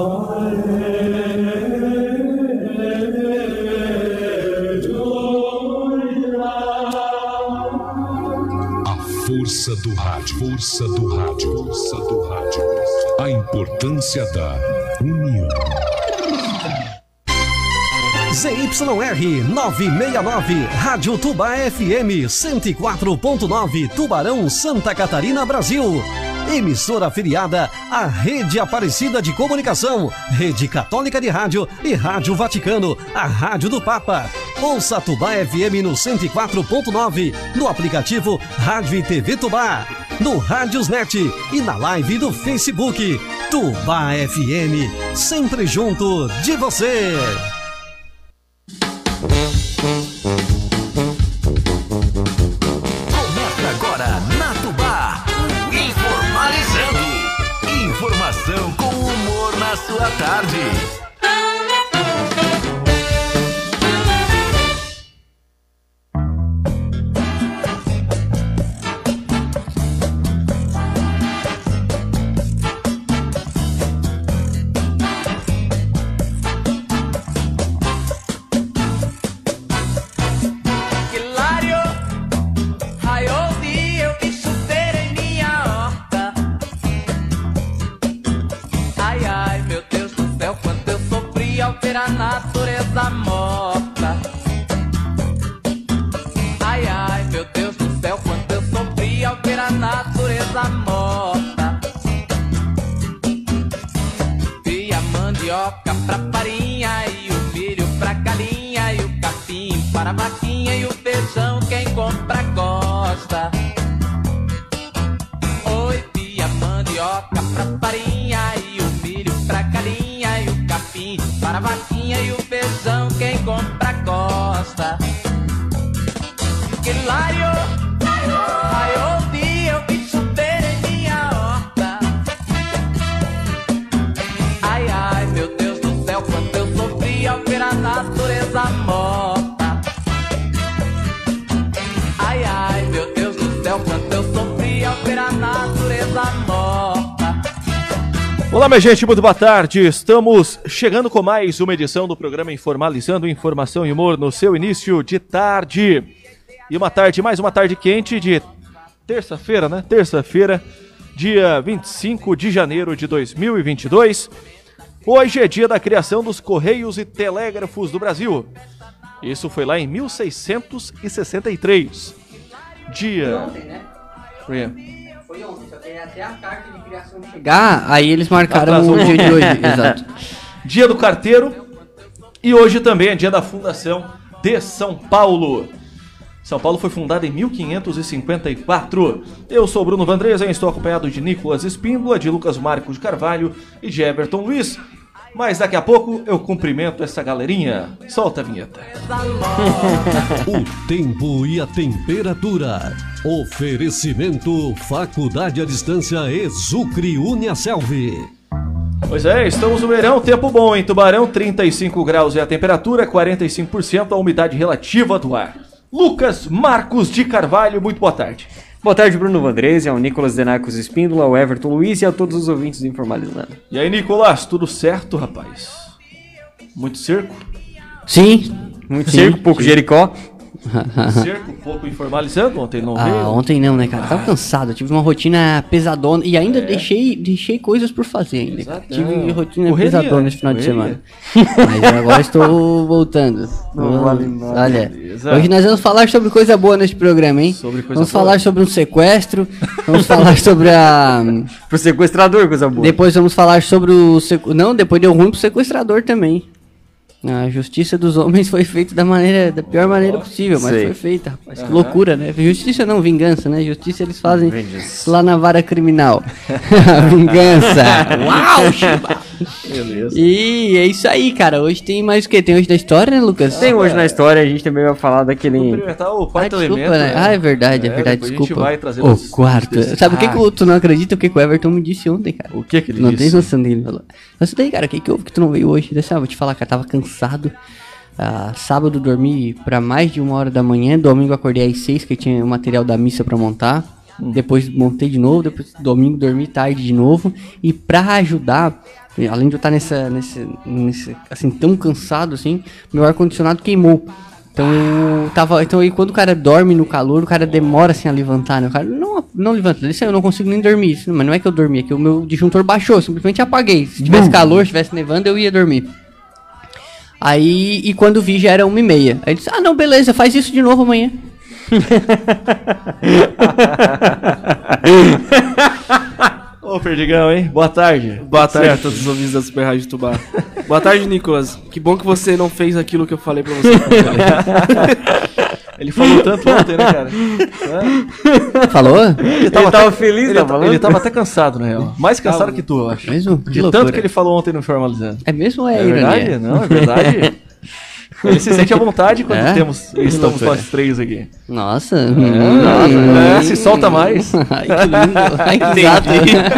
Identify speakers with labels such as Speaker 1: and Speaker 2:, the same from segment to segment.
Speaker 1: Força do rádio, força do rádio, força do rádio. A importância da união.
Speaker 2: ZYR 969, Rádio Tubá FM 104.9, Tubarão, Santa Catarina, Brasil. Emissora afiliada à Rede Aparecida de Comunicação, Rede Católica de Rádio e Rádio Vaticano, a Rádio do Papa. Ouça Tubá FM no 104.9, no aplicativo Rádio e TV Tubá, no Rádiosnet e na live do Facebook. Tubá FM, sempre junto de você.
Speaker 3: Começa agora na Tubá, o Informalizando. Informação com humor na sua tarde.
Speaker 4: A natureza morta. Ai, ai, meu Deus do céu, quanto eu sofri ao ver a natureza morta. Vi a mandioca pra farinha e o milho pra galinha e o capim para a vaquinha e o feijão quem compra gosta. Oi, vi a mandioca pra farinha e o milho pra galinha e o capim para a vaquinha e o feijão quem compra gosta. Que hilário! Ai, ouvi eu vi chover em minha horta. Ai, ai, meu Deus do céu, quanto eu sofri ao ver a natureza morta. Ai, ai, meu Deus do céu, quanto eu sofri ao ver a natureza morta.
Speaker 5: Olá, minha gente, muito boa tarde. Estamos chegando com mais uma edição do programa Informalizando, informação e humor no seu início de tarde. E mais uma tarde quente de terça-feira, né? Terça-feira, dia 25 de janeiro de 2022. Hoje é dia da criação dos Correios e Telégrafos do Brasil. Isso foi lá em 1663. Dia...
Speaker 6: Foi ontem, né? Foi ontem, só que até a carta de criação
Speaker 7: chegar, aí eles marcaram o dia de hoje, exato.
Speaker 5: Dia do carteiro e hoje também é dia da fundação de São Paulo. São Paulo foi fundada em 1554. Eu sou Bruno Vandresa e estou acompanhado de Nicolas Espíndola, de Lucas Marcos de Carvalho e de Everton Luiz. Mas daqui a pouco eu cumprimento essa galerinha. Solta a vinheta.
Speaker 2: O tempo e a temperatura. Oferecimento Faculdade à Distância Exucre Uniaselv.
Speaker 5: Pois é, estamos no verão, tempo bom em Tubarão, 35 graus é a temperatura, 45% a umidade relativa do ar. Lucas Marcos de Carvalho, muito boa tarde.
Speaker 8: Boa tarde, Bruno Vandresa, ao Nicolas Denarcos Espíndola, ao Everton Luiz e a todos os ouvintes do Informalizando.
Speaker 5: E aí, Nicolas, tudo certo, rapaz? Muito cerco?
Speaker 7: Sim.
Speaker 8: Muito cerco, pouco Jericó.
Speaker 5: Cerco, pouco Informalizando, ontem não veio?
Speaker 7: Ontem não, né, cara? Tava cansado, eu tive uma rotina pesadona e ainda deixei coisas por fazer ainda.
Speaker 5: Exato.
Speaker 7: Tive rotina pesadona esse final de semana. Mas agora estou voltando.
Speaker 8: Não vale nada.
Speaker 7: Olha, hoje nós vamos falar sobre coisa boa nesse programa, hein? Vamos falar sobre um sequestro, vamos falar sobre a...
Speaker 8: Pro sequestrador, coisa boa.
Speaker 7: Depois vamos falar sobre o... Não, depois deu ruim pro sequestrador também. A justiça dos homens foi feita da pior maneira possível, mas foi feita, rapaz. Que loucura, né? Justiça não, vingança, né? Justiça eles fazem lá na vara criminal. Vingança. Uau, Chiba! Beleza. E é isso aí, cara. Hoje tem mais o quê? Tem hoje na história, né, Lucas?
Speaker 8: Tem hoje na história, a gente também vai falar daquele...
Speaker 5: Cumprimentar o quarto elemento.
Speaker 7: Né? É verdade, desculpa.
Speaker 5: A gente vai trazer
Speaker 7: o quarto. Sabe o que tu não acredita? O que o Everton me disse ontem, cara?
Speaker 5: O que ele disse?
Speaker 7: Não tem noção dele, falou. Mas daí, cara, o que houve que tu não veio hoje? Vou te falar, cara, tava cansado. Sábado dormi pra mais de 1h da manhã. Domingo acordei às 6, que tinha o material da missa pra montar. Depois montei de novo. Depois domingo dormi tarde de novo. E pra ajudar, E além de eu estar nesse assim, tão cansado, assim, meu ar-condicionado queimou. Então aí quando o cara dorme no calor, o cara demora assim a levantar, né? O cara não levanta, eu não consigo nem dormir. Mas não é que eu dormi, é que o meu disjuntor baixou, eu simplesmente apaguei. Se tivesse calor, se tivesse nevando, eu ia dormir. Aí, e quando vi já era 1h30. Aí disse, não, beleza, faz isso de novo amanhã.
Speaker 5: Ô, Perdigão, hein? Boa tarde.
Speaker 9: Boa tarde a todos os ouvintes da Super Rádio Tubá. Boa tarde, Nicolas. Que bom que você não fez aquilo que eu falei pra você.
Speaker 5: Ele falou tanto ontem, né, cara?
Speaker 7: Falou?
Speaker 5: Ele tava feliz, ele tava até cansado, na real. Mais cansado que tu, eu acho.
Speaker 7: Mesmo?
Speaker 5: De tanto que ele falou ontem no Formalizando.
Speaker 7: É mesmo ou é
Speaker 5: verdade?
Speaker 7: ironia?
Speaker 5: Não, é verdade. Ele se sente à vontade quando estamos nós três aqui.
Speaker 7: Nossa.
Speaker 5: Se solta mais.
Speaker 7: Ai, que lindo. Ai, que exato.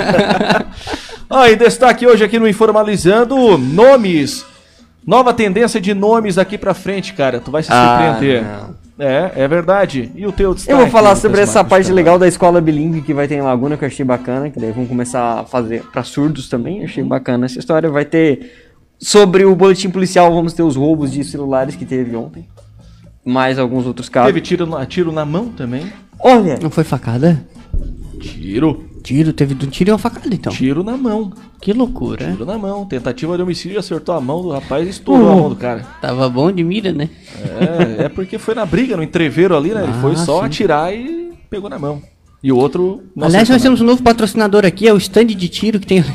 Speaker 5: Em destaque hoje aqui no Informalizando, nomes. Nova tendência de nomes aqui pra frente, cara. Tu vai se surpreender. É verdade. E o teu destaque?
Speaker 8: Eu vou falar sobre essa parte legal da escola bilíngue que vai ter em Laguna, que eu achei bacana. Que daí vamos começar a fazer pra surdos também. Eu achei bacana essa história. Vai ter... Sobre o boletim policial, vamos ter os roubos de celulares que teve ontem. Mais alguns outros casos.
Speaker 5: Teve tiro na mão também.
Speaker 8: Olha!
Speaker 7: Não foi facada?
Speaker 5: Tiro,
Speaker 7: teve um tiro e uma facada, então.
Speaker 5: Tiro na mão.
Speaker 7: Que loucura.
Speaker 5: Tiro na mão. Tentativa de homicídio, acertou a mão do rapaz e estourou a mão do cara.
Speaker 7: Tava bom de mira, né?
Speaker 5: É porque foi na briga, no entreveiro ali, né? Ele foi só atirar e pegou na mão. E o outro...
Speaker 7: Aliás, nós temos um novo patrocinador aqui, é o stand de tiro que tem...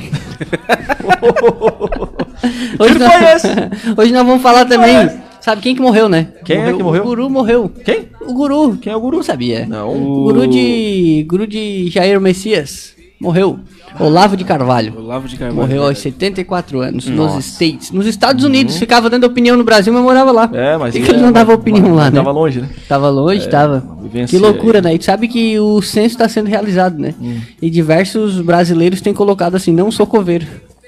Speaker 7: Hoje nós vamos falar também... Sabe quem que morreu, né?
Speaker 5: Quem é que morreu?
Speaker 7: O Guru morreu.
Speaker 5: Quem?
Speaker 7: O Guru.
Speaker 5: Quem é o Guru?
Speaker 7: Não sabia.
Speaker 5: Não.
Speaker 7: O Guru de Jair Messias. Morreu. Olavo de Carvalho. Morreu aos 74 anos nos States. Nos Estados Unidos. Ficava dando opinião no Brasil, mas morava lá.
Speaker 5: Mas...
Speaker 7: Por que ele não dava opinião lá, né?
Speaker 5: Tava longe, né?
Speaker 7: Tava longe, tava. Que loucura, né? E tu sabe que o censo está sendo realizado, né? E diversos brasileiros têm colocado assim, não sou coveiro.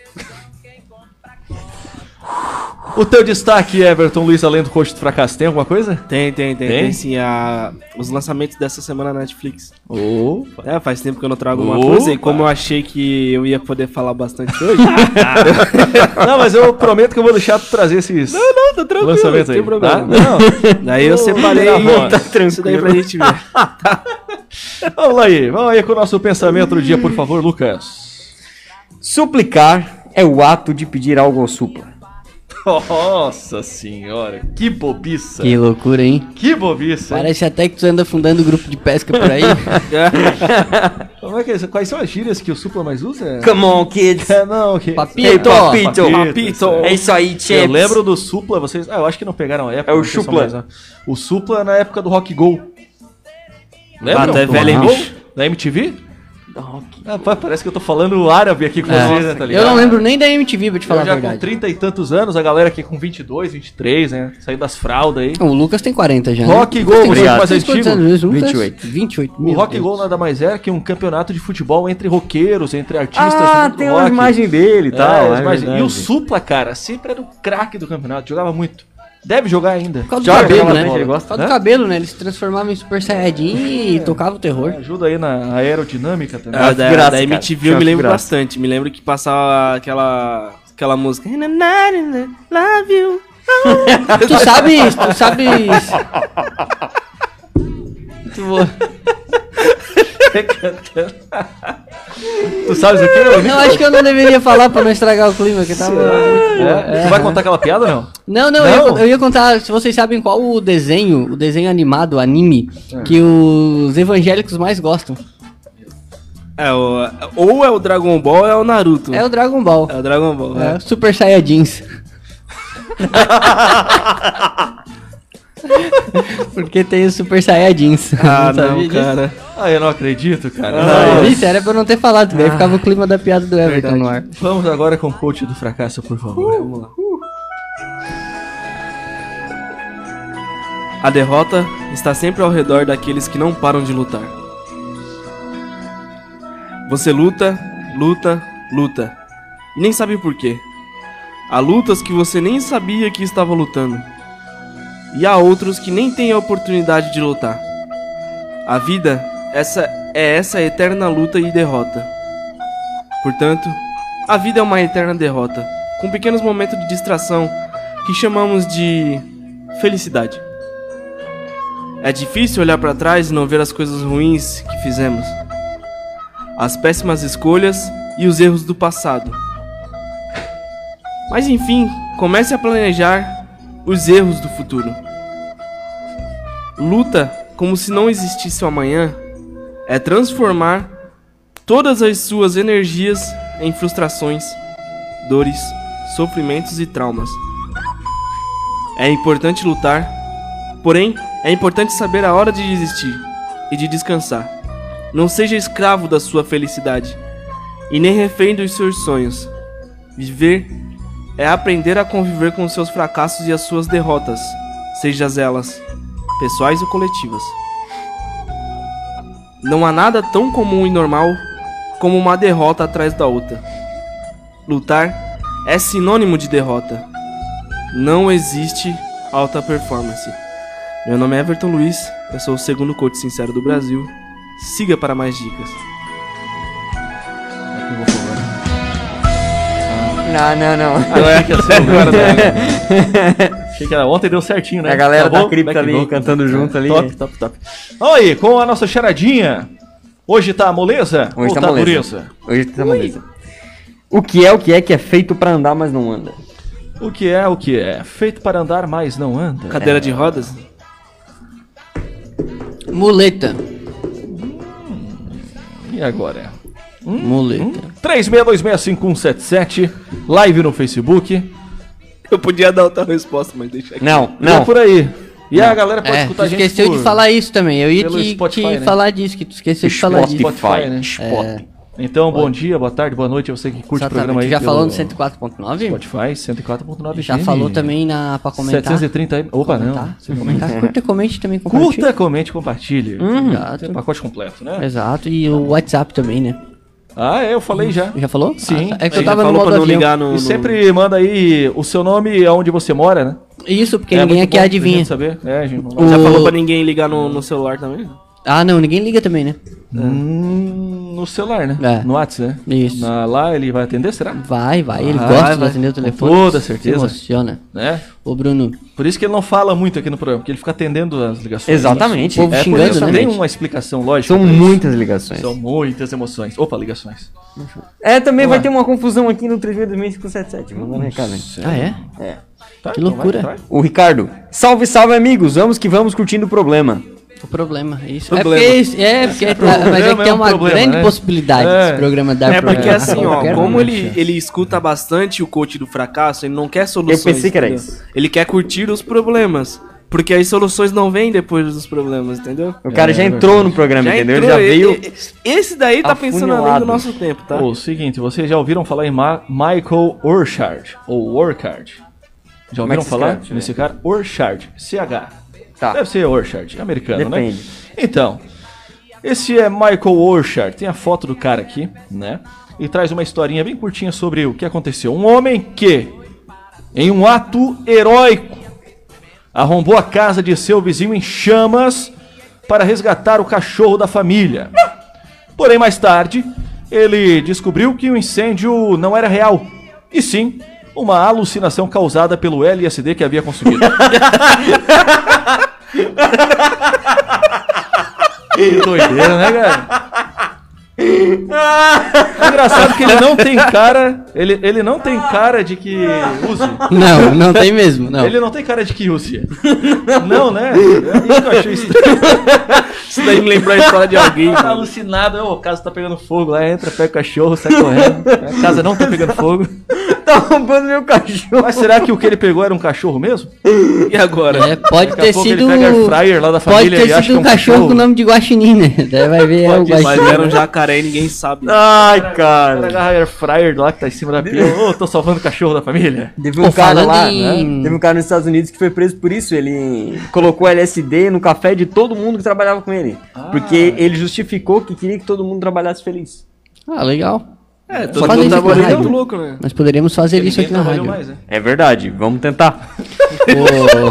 Speaker 5: O teu destaque, Everton Luiz, além do Coxo do Fracasso, tem alguma coisa?
Speaker 9: Tem sim. Os lançamentos dessa semana na Netflix. Faz tempo que eu não trago uma coisa, e como eu achei que eu ia poder falar bastante hoje...
Speaker 5: Não, mas eu prometo que eu vou deixar tu trazer esses
Speaker 9: tá tranquilo,
Speaker 5: lançamentos aí,
Speaker 9: não tem problema.
Speaker 5: Tá? Não.
Speaker 9: Daí eu separei isso daí pra gente ver.
Speaker 5: Vamos aí com o nosso pensamento do dia, por favor, Lucas.
Speaker 8: Suplicar é o ato de pedir algo ao supla.
Speaker 5: Nossa senhora, que bobiça.
Speaker 7: Que loucura, hein?
Speaker 5: Que bobiça.
Speaker 7: Parece até que tu anda fundando grupo de pesca por aí.
Speaker 5: Como é que é isso? Quais são as gírias que o Supla mais usa?
Speaker 8: Come on, kids.
Speaker 7: Papito.
Speaker 8: Papito. É isso aí, champs.
Speaker 5: Eu lembro do Supla, vocês... eu acho que não pegaram a época.
Speaker 8: É o Supla.
Speaker 5: O Supla na época do Rock Go. Lembra?
Speaker 9: Até velho, bicho.
Speaker 5: Da MTV? Parece que eu tô falando árabe aqui com vocês, né, tá ligado?
Speaker 7: Eu não lembro nem da MTV, pra te falar a verdade.
Speaker 5: Já com 30 e tantos anos, a galera aqui com 22, 23, né? Saindo das fraldas aí.
Speaker 7: O Lucas tem 40 já,
Speaker 5: Rock Go, você é mais antigo.
Speaker 8: 28.
Speaker 5: O Rock Go nada mais é que um campeonato de futebol entre roqueiros, entre artistas.
Speaker 8: Tem uma imagem dele e tal.
Speaker 5: E o Supla, cara, sempre era o craque do campeonato, jogava muito. Deve jogar ainda.
Speaker 7: Por causa do cabelo, né? Por causa do cabelo, né? Ele se transformava em Super Saiyajin e tocava o terror.
Speaker 5: Ajuda aí na aerodinâmica também.
Speaker 9: Da MTV eu me lembro bastante. Me lembro que passava aquela música. Love you.
Speaker 7: Tu sabe...
Speaker 5: Tu sabes o que?
Speaker 7: Não, acho que eu não deveria falar pra não estragar o clima que tava.
Speaker 5: Tu vai contar aquela piada ou não?
Speaker 7: Não. Eu ia contar, se vocês sabem qual o desenho animado, o anime, que os evangélicos mais gostam.
Speaker 9: Ou é o Dragon Ball ou é o Naruto.
Speaker 7: É o Dragon Ball. É Super Saiyajins. Porque tem os Super Saiyajins.
Speaker 9: Não, cara.
Speaker 5: Eu não acredito, cara.
Speaker 7: Isso era pra eu não ter falado, daí ficava o clima da piada do Everton no ar.
Speaker 5: Vamos agora com o coach do fracasso, por favor. Vamos lá.
Speaker 9: A derrota está sempre ao redor daqueles que não param de lutar. Você luta, e nem sabe por quê. Há lutas que você nem sabia que estava lutando. E há outros que nem têm a oportunidade de lutar. A vida, essa eterna luta e derrota. Portanto, a vida é uma eterna derrota, com pequenos momentos de distração que chamamos de felicidade. É difícil olhar para trás e não ver as coisas ruins que fizemos, as péssimas escolhas e os erros do passado. Mas enfim, comece a planejar os erros do futuro. Luta como se não existisse o amanhã é transformar todas as suas energias em frustrações, dores, sofrimentos e traumas. É importante lutar, porém é importante saber a hora de desistir e de descansar. Não seja escravo da sua felicidade e nem refém dos seus sonhos. Viver é aprender a conviver com os seus fracassos e as suas derrotas, sejam elas pessoais ou coletivas. Não há nada tão comum e normal como uma derrota atrás da outra. Lutar é sinônimo de derrota. Não existe alta performance. Meu nome é Everton Luiz, eu sou o segundo coach sincero do Brasil. Siga para mais dicas.
Speaker 8: Não.
Speaker 5: Achei que ia ser agora, achei que era ontem, deu certinho, né?
Speaker 8: A galera
Speaker 5: Acabou?
Speaker 8: da cripta ali, cantando junto ali.
Speaker 5: Top. Vamos aí, com a nossa charadinha. Hoje tá moleza?
Speaker 8: Hoje
Speaker 5: ou
Speaker 8: tá
Speaker 5: tá
Speaker 8: moleza.
Speaker 5: dureza?
Speaker 8: Hoje tá moleza. O que é que é feito pra andar, mas não anda?
Speaker 5: O que é? Feito para andar, mas não anda.
Speaker 9: Cadeira de rodas?
Speaker 7: Muleta.
Speaker 5: E agora?
Speaker 7: Muleta.
Speaker 5: 36265177, live no Facebook.
Speaker 9: Eu podia dar outra resposta, mas deixa aqui.
Speaker 8: Não.
Speaker 5: É por aí. E a galera pode escutar
Speaker 7: tu
Speaker 5: a gente
Speaker 7: esqueceu de falar isso também. Eu ia
Speaker 5: pelo
Speaker 7: te
Speaker 5: Spotify, né?
Speaker 7: falar disso, que tu esqueceu de falar disso.
Speaker 5: Spotify, né? Então, bom dia, boa tarde, boa noite a você que curte o programa aí.
Speaker 7: Já
Speaker 5: pelo
Speaker 7: falou no 104.9?
Speaker 5: Spotify, 104.9.
Speaker 7: Já falou também pra comentar.
Speaker 5: 730. Opa,
Speaker 7: comentar.
Speaker 5: não.
Speaker 7: Se comentar, curta, comente também, compartilhe.
Speaker 5: Curta, comente, compartilhe.
Speaker 7: Exato.
Speaker 5: Tem um pacote completo, né?
Speaker 7: Exato, e o WhatsApp também, né?
Speaker 5: Ah, eu falei já.
Speaker 7: Já falou?
Speaker 5: Sim.
Speaker 7: É que eu
Speaker 9: Ele
Speaker 7: tava no
Speaker 9: falou
Speaker 7: modo
Speaker 9: pra não
Speaker 7: avião.
Speaker 9: ligar no...
Speaker 5: E sempre manda aí o seu nome e aonde você mora, né?
Speaker 7: Isso, porque ninguém
Speaker 5: muito
Speaker 7: aqui
Speaker 5: bom pra
Speaker 7: adivinha.
Speaker 5: gente saber. Gente,
Speaker 9: Já falou pra ninguém ligar no celular também?
Speaker 7: Ah, não, ninguém liga também, né?
Speaker 5: No celular, né?
Speaker 7: É.
Speaker 5: No WhatsApp, né?
Speaker 7: Isso.
Speaker 5: Lá ele vai atender, será?
Speaker 7: Vai, ele
Speaker 5: Vai,
Speaker 7: gosta de
Speaker 5: vai.
Speaker 7: atender o
Speaker 5: Com
Speaker 7: telefone.
Speaker 5: toda certeza.
Speaker 7: Se emociona.
Speaker 5: Né?
Speaker 7: Ô, Bruno,
Speaker 5: Por isso que ele não fala muito aqui no programa, porque ele fica atendendo as ligações.
Speaker 8: Exatamente.
Speaker 7: o povo
Speaker 5: É por
Speaker 7: xingando,
Speaker 5: isso
Speaker 7: né?
Speaker 5: tem uma explicação lógica.
Speaker 8: São
Speaker 5: pra isso.
Speaker 8: muitas ligações.
Speaker 5: São muitas emoções. Opa, ligações.
Speaker 8: Também
Speaker 5: Vamos
Speaker 8: vai
Speaker 5: lá.
Speaker 8: ter uma confusão aqui no 362577. Mandando recado, hein?
Speaker 7: Ah, é?
Speaker 5: Tá,
Speaker 7: Que
Speaker 5: então
Speaker 7: loucura.
Speaker 5: vai.
Speaker 8: O Ricardo. Salve, amigos. Vamos que vamos curtindo o problema.
Speaker 7: O problema, é isso.
Speaker 9: Problema.
Speaker 7: Mas é que
Speaker 5: é
Speaker 7: tem
Speaker 5: um
Speaker 7: uma
Speaker 5: problema,
Speaker 7: grande
Speaker 5: né?
Speaker 7: possibilidade
Speaker 5: É.
Speaker 7: desse programa dar
Speaker 9: É porque
Speaker 7: problema.
Speaker 9: assim, ó,
Speaker 7: Qualquer
Speaker 9: como
Speaker 7: momento.
Speaker 9: ele escuta bastante o coach do fracasso, ele não quer soluções.
Speaker 8: Eu pensei que era
Speaker 9: entendeu?
Speaker 8: isso.
Speaker 9: Ele quer curtir os problemas. Porque as soluções não vêm depois dos problemas, entendeu?
Speaker 8: O cara já entrou no programa, entendeu? Ele já veio.
Speaker 9: Esse daí tá pensando além
Speaker 8: afunilado.
Speaker 9: do nosso tempo, tá?
Speaker 5: O seguinte, vocês já ouviram falar em Michael Orchard, ou Orchard? Já
Speaker 8: Como é
Speaker 5: ouviram
Speaker 8: que se
Speaker 5: falar
Speaker 8: escreve?
Speaker 5: nesse cara? Orchard, CH.
Speaker 8: Tá.
Speaker 5: Deve ser Orchard, americano,
Speaker 8: Depende.
Speaker 5: né? Então, esse é Michael Orchard, tem a foto do cara aqui, né? E traz uma historinha bem curtinha sobre o que aconteceu. Um homem que, em um ato heróico, arrombou a casa de seu vizinho em chamas para resgatar o cachorro da família. Porém, mais tarde, ele descobriu que o incêndio não era real, e sim uma alucinação causada pelo LSD que havia consumido. Que doideira, né, cara? É engraçado que ele não tem cara. Ele não tem cara de que use.
Speaker 7: Não tem mesmo, não.
Speaker 5: Ele não tem cara de que use. Não, né? Isso que eu achei estranho.
Speaker 9: Isso daí me lembrou a história de alguém.
Speaker 5: Tá
Speaker 9: mano.
Speaker 5: alucinado, a casa tá pegando fogo lá, entra, pega o cachorro, sai correndo. A casa não tá pegando fogo.
Speaker 8: Tá roubando meu cachorro.
Speaker 5: Mas será que o que ele pegou era um cachorro mesmo?
Speaker 9: E agora?
Speaker 7: Pode
Speaker 5: Daqui a
Speaker 7: ter
Speaker 5: pouco
Speaker 7: sido.
Speaker 5: ele pega air fryer lá da
Speaker 7: Pode
Speaker 5: família e
Speaker 7: ter
Speaker 5: acha
Speaker 7: sido
Speaker 5: que é
Speaker 7: um cachorro com o nome de Guaxinim, né? Daí vai ver é o
Speaker 5: Pode ser,
Speaker 9: Mas
Speaker 7: Guaxinim.
Speaker 9: era um jacaré e ninguém sabe.
Speaker 8: Ai,
Speaker 5: O cara
Speaker 8: cara.
Speaker 5: agarra air fryer lá que tá em cima da pia. Ô, tô salvando o cachorro da família.
Speaker 8: Teve
Speaker 7: Pô,
Speaker 8: um cara
Speaker 7: falando
Speaker 8: lá,
Speaker 7: em-
Speaker 8: né? Teve um cara nos Estados Unidos que foi preso por isso. Ele colocou LSD no café de todo mundo que trabalhava com ele. Porque ele justificou que queria que todo mundo trabalhasse feliz.
Speaker 7: Ah, legal.
Speaker 9: É,
Speaker 7: Só
Speaker 9: todo
Speaker 7: fazer
Speaker 9: mundo
Speaker 7: isso
Speaker 9: tava
Speaker 7: na
Speaker 9: ali
Speaker 7: rádio.
Speaker 9: muito louco, né?
Speaker 7: Nós poderíamos fazer isso aqui
Speaker 5: Ninguém
Speaker 7: na
Speaker 5: trabalhou
Speaker 7: rádio.
Speaker 5: mais, né?
Speaker 8: É verdade, vamos tentar.
Speaker 7: Ô.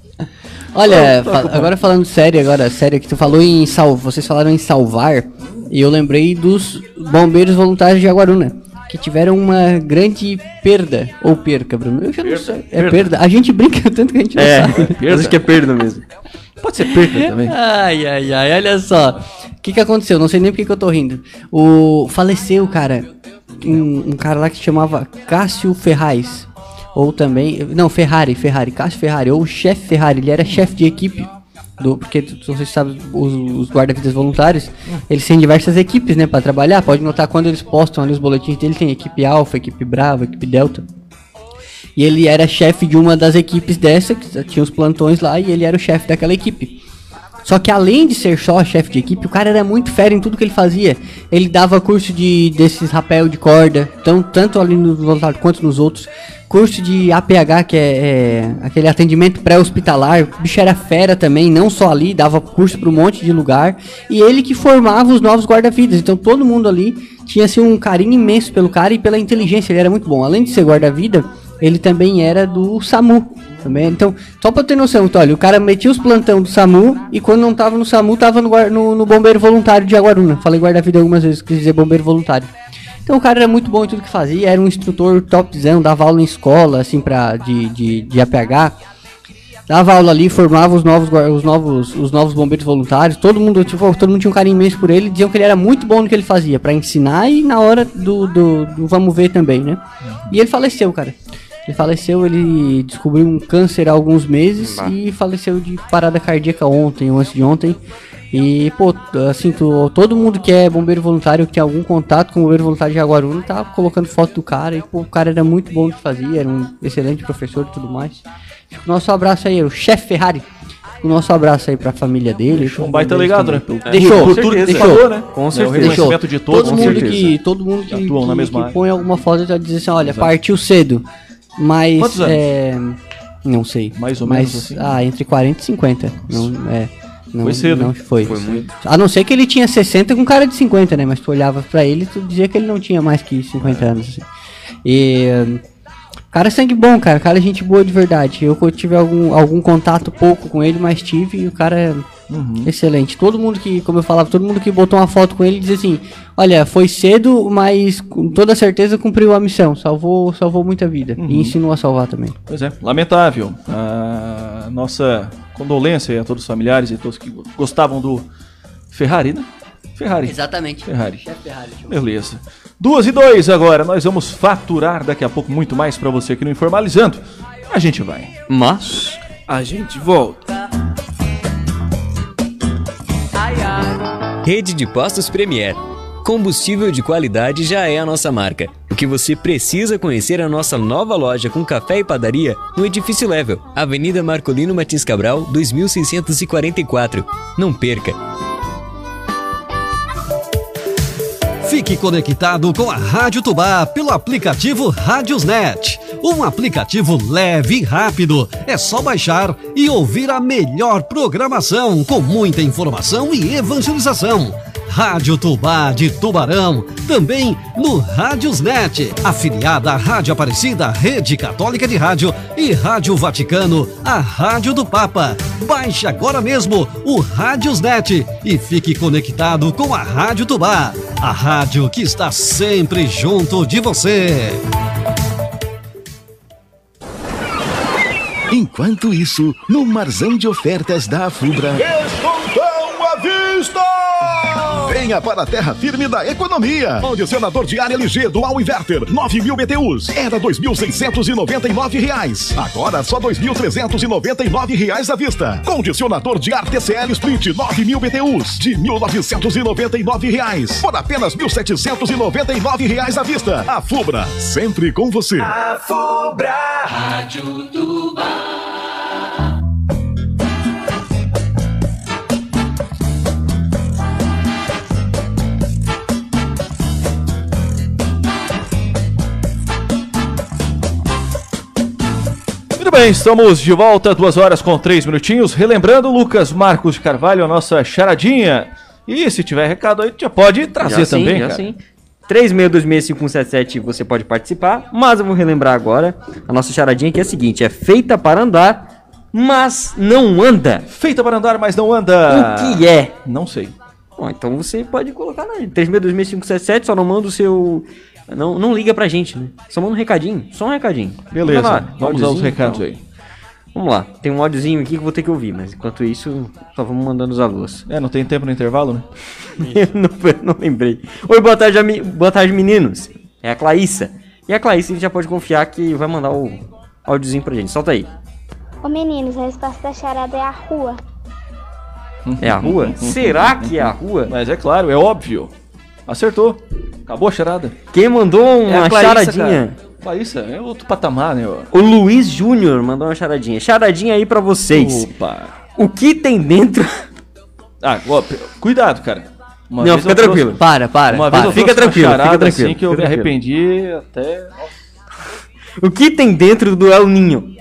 Speaker 7: Olha, agora falando sério, sério que tu falou em vocês falaram em salvar. E eu lembrei dos bombeiros voluntários de Jaguaruna, que tiveram uma grande perda. Ou perca, Bruno? Eu já não sei. É perda. A gente brinca tanto que a gente não sabe.
Speaker 8: Acho que é perda mesmo.
Speaker 5: Pode ser perda também.
Speaker 7: Ai, olha só. O que aconteceu? Não sei nem porque que eu tô rindo. Faleceu, cara, um cara lá que se chamava Cássio Ferraz. Ou também... Não, Ferrari, Cássio Ferrari. Ou o chefe Ferrari. Ele era chefe de equipe. Porque, não sei se sabe, os guarda-vidas voluntários, eles têm diversas equipes, né, pra trabalhar. Pode notar quando eles postam ali os boletins dele, tem equipe Alfa, equipe Brava, equipe Delta. E ele era chefe de uma das equipes dessa, que tinha os plantões lá, e ele era o chefe daquela equipe. Só que além de ser só chefe de equipe, o cara era muito fera em tudo que ele fazia. Ele dava curso desses rapel de corda, tanto ali no voluntário quanto nos outros. Curso de APH, que é aquele atendimento pré-hospitalar. O bicho era fera também, não só ali, dava curso para um monte de lugar. E ele que formava os novos guarda-vidas. Então todo mundo ali tinha assim, um carinho imenso pelo cara e pela inteligência. Ele era muito bom. Além de ser guarda-vida, ele também era do SAMU. Também. Então, só pra ter noção, então, olha, o cara metia os plantão do SAMU e quando não tava no SAMU, tava no bombeiro voluntário de Jaguaruna. Falei guarda-vida algumas vezes, quis dizer bombeiro voluntário. Então o cara era muito bom em tudo que fazia, era um instrutor topzão, dava aula em escola, assim, de APH. Dava aula ali, formava os novos bombeiros voluntários, todo mundo tinha um carinho imenso por ele, diziam que ele era muito bom no que ele fazia, pra ensinar e na hora do vamos ver também, né? E ele faleceu, cara. Ele descobriu um câncer há alguns meses e faleceu de parada cardíaca ontem ou antes de ontem. E, pô, assim, todo mundo que é bombeiro voluntário, que tem algum contato com o bombeiro voluntário de Jaguaruna, tá colocando foto do cara. E, pô, o cara era muito bom no que fazia, era um excelente professor e tudo mais. O nosso abraço aí, o chefe Ferrari. O nosso abraço aí pra família dele.
Speaker 5: Deixou um baita legado, né?
Speaker 7: Deixou.
Speaker 5: Por tudo que ele falou, né?
Speaker 8: Com certeza.
Speaker 5: O reconhecimento de todos.
Speaker 7: Todo mundo que
Speaker 5: atuam na mesma área.
Speaker 7: põe alguma foto já diz assim, olha, partiu cedo. Mas...
Speaker 5: Quantos anos?
Speaker 7: Não sei.
Speaker 5: Mais ou menos assim?
Speaker 7: Entre 40 e 50. Não,
Speaker 5: foi cedo.
Speaker 7: Não foi
Speaker 8: muito.
Speaker 7: A não ser que ele tinha 60 com cara de 50, né? Mas tu olhava pra ele e tu dizia que ele não tinha mais que 50 anos. Assim. E... cara, sangue bom, cara. Cara, gente boa de verdade. Eu tive algum contato pouco com ele, mas tive. E o cara é excelente. Todo mundo que, como eu falava, todo mundo que botou uma foto com ele dizia assim: olha, foi cedo, mas com toda certeza cumpriu a missão. Salvou muita vida. E ensinou a salvar também.
Speaker 5: Pois é, lamentável. Nossa condolência a todos os familiares e todos que gostavam do Ferrari, né? Ferrari.
Speaker 7: Exatamente.
Speaker 5: Ferrari.
Speaker 7: Ferrari.
Speaker 5: Beleza. 2:02 agora. Nós vamos faturar daqui a pouco muito mais pra você aqui no Informalizando. A gente vai.
Speaker 8: Mas
Speaker 9: a gente volta.
Speaker 10: Rede de Postos Premier. Combustível de qualidade já é a nossa marca. O que você precisa conhecer é a nossa nova loja com café e padaria no Edifício Level, Avenida Marcolino Martins Cabral, 2644. Não perca!
Speaker 2: Fique conectado com a Rádio Tubá pelo aplicativo Rádiosnet. Um aplicativo leve e rápido. É só baixar e ouvir a melhor programação com muita informação e evangelização. Rádio Tubá de Tubarão, também no Rádiosnet, afiliada à Rádio Aparecida, Rede Católica de Rádio e Rádio Vaticano, a Rádio do Papa. Baixe agora mesmo o Rádiosnet e fique conectado com a Rádio Tubá, a rádio que está sempre junto de você.
Speaker 11: Enquanto isso, no marzão de ofertas da Afubra... Descontão à vista! Venha para a terra firme da economia. Condicionador de ar LG Dual Inverter, 9.000 BTUs. Era R$ 2.699. Agora só R$ 2.399 à vista. Condicionador de ar TCL Split, 9.000 BTUs, de R$ 1.999. Por apenas R$ 1.799 à vista. A Fubra, sempre com você.
Speaker 3: A Fubra. Rádio Tubá.
Speaker 5: Bem, estamos de volta, 2h03. Relembrando, Lucas Marcos de Carvalho, a nossa charadinha. E se tiver recado aí, já pode trazer
Speaker 8: já
Speaker 5: também,
Speaker 8: sim,
Speaker 5: cara.
Speaker 8: Sim. 36265177 você pode participar, mas eu vou relembrar agora a nossa charadinha que é a seguinte: é feita para andar, mas não anda.
Speaker 5: Feita para andar, mas não anda.
Speaker 8: O que é?
Speaker 5: Não sei.
Speaker 8: Bom, então você pode colocar na 3626-577, só não manda o seu... Não liga pra gente, né? Só manda um recadinho, só um recadinho.
Speaker 5: Beleza, vamos aos recados aí.
Speaker 8: Vamos lá, tem um áudiozinho aqui que eu vou ter que ouvir, mas enquanto isso, só vamos mandando os alôs.
Speaker 5: Não tem tempo no intervalo, né?
Speaker 8: não lembrei. Oi, boa tarde, meninos. É a Claíssa. E a Claíssa, a gente já pode confiar que vai mandar o áudiozinho pra gente. Solta aí.
Speaker 12: Ô meninos, a resposta da charada é a rua.
Speaker 8: É a rua? Será que é a rua?
Speaker 5: Mas é claro, é óbvio. Acertou. Acabou a charada.
Speaker 8: Quem mandou uma charadinha?
Speaker 5: Claíssa, é outro patamar, né?
Speaker 8: O Luiz Júnior mandou uma charadinha. Charadinha aí pra vocês.
Speaker 5: Opa.
Speaker 8: O que tem dentro...
Speaker 5: Cuidado, cara.
Speaker 8: Não, fica tranquilo.
Speaker 7: Para.
Speaker 5: Fica tranquilo, assim que eu me arrependi até...
Speaker 8: O que tem dentro do El Ninho?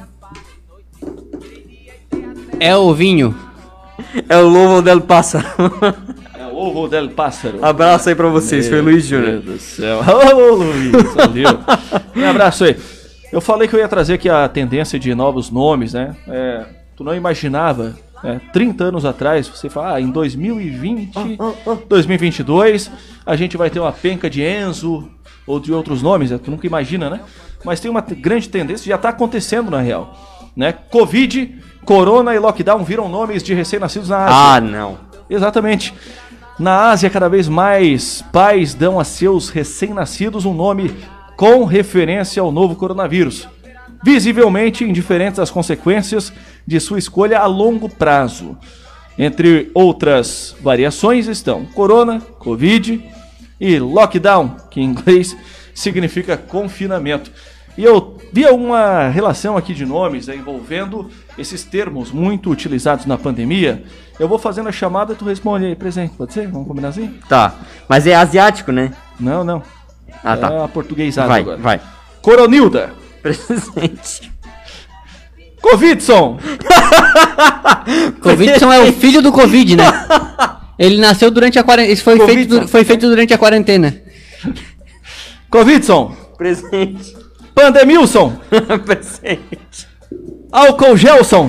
Speaker 7: É o vinho.
Speaker 8: É o Lobo del Pássaro.
Speaker 5: É o Ovo del Pássaro.
Speaker 8: Abraço aí pra vocês, foi o Luiz Júnior.
Speaker 5: Meu Deus do céu. Ô, Luiz, valeu. Um abraço aí. Eu falei que eu ia trazer aqui a tendência de novos nomes, né? Tu não imaginava, 30 anos atrás, você fala, em 2020, 2022, a gente vai ter uma penca de Enzo ou de outros nomes, tu nunca imagina, né? Mas tem uma grande tendência, já tá acontecendo na real, né? Covid, Corona e Lockdown viram nomes de recém-nascidos na Ásia.
Speaker 8: Ah, não.
Speaker 5: Exatamente. Na Ásia, cada vez mais pais dão a seus recém-nascidos um nome com referência ao novo coronavírus, visivelmente indiferentes às consequências de sua escolha a longo prazo. Entre outras variações estão Corona, Covid e Lockdown, que em inglês significa confinamento. E eu vi uma relação aqui de nomes envolvendo esses termos muito utilizados na pandemia. Eu vou fazendo a chamada e tu responde aí, presente, pode ser? Vamos combinar assim?
Speaker 8: Tá, mas é asiático, né?
Speaker 5: Não.
Speaker 8: Ah, tá.
Speaker 5: É a portuguesada agora.
Speaker 8: Vai.
Speaker 5: Coronilda.
Speaker 8: Presente.
Speaker 5: Covidson.
Speaker 7: Covidson é o filho do Covid, né? Ele nasceu durante a quarentena. Isso foi feito durante a quarentena.
Speaker 5: Covidson.
Speaker 8: Presente.
Speaker 5: Pandemilson.
Speaker 8: Presente.
Speaker 5: Álcool Gelson.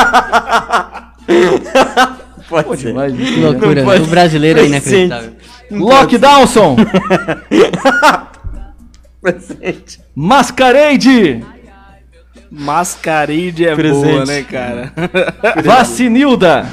Speaker 8: Pode ser.
Speaker 5: Demais,
Speaker 7: que loucura. O brasileiro é inacreditável.
Speaker 5: Lockdownson.
Speaker 8: Presente.
Speaker 5: Mascarade.
Speaker 9: Mascarade é
Speaker 5: presente.
Speaker 9: Boa, né, cara?
Speaker 5: Vacinilda.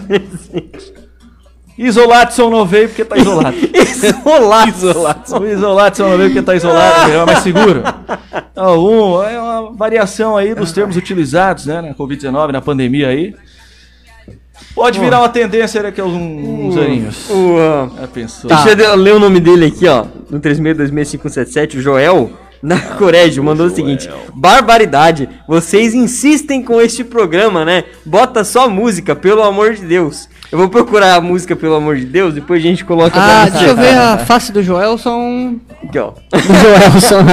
Speaker 5: Isolatson não veio porque tá isolado.
Speaker 8: Isolatson.
Speaker 5: O Isolatson não veio porque tá isolado, é mais seguro. Então, é uma variação aí dos termos utilizados, né, na Covid-19, na pandemia aí. Pode virar uma tendência daqui a uns aninhos. Pensou.
Speaker 8: Deixa eu ler o nome dele aqui, ó. No 3626-577, o Joel na Corégio mandou o seguinte: barbaridade, vocês insistem com este programa, né? Bota só música, pelo amor de Deus. Eu vou procurar a música, pelo amor de Deus, depois a gente coloca...
Speaker 7: deixa eu ver a face do Joelson.
Speaker 8: Aqui, ó.
Speaker 7: Joelson.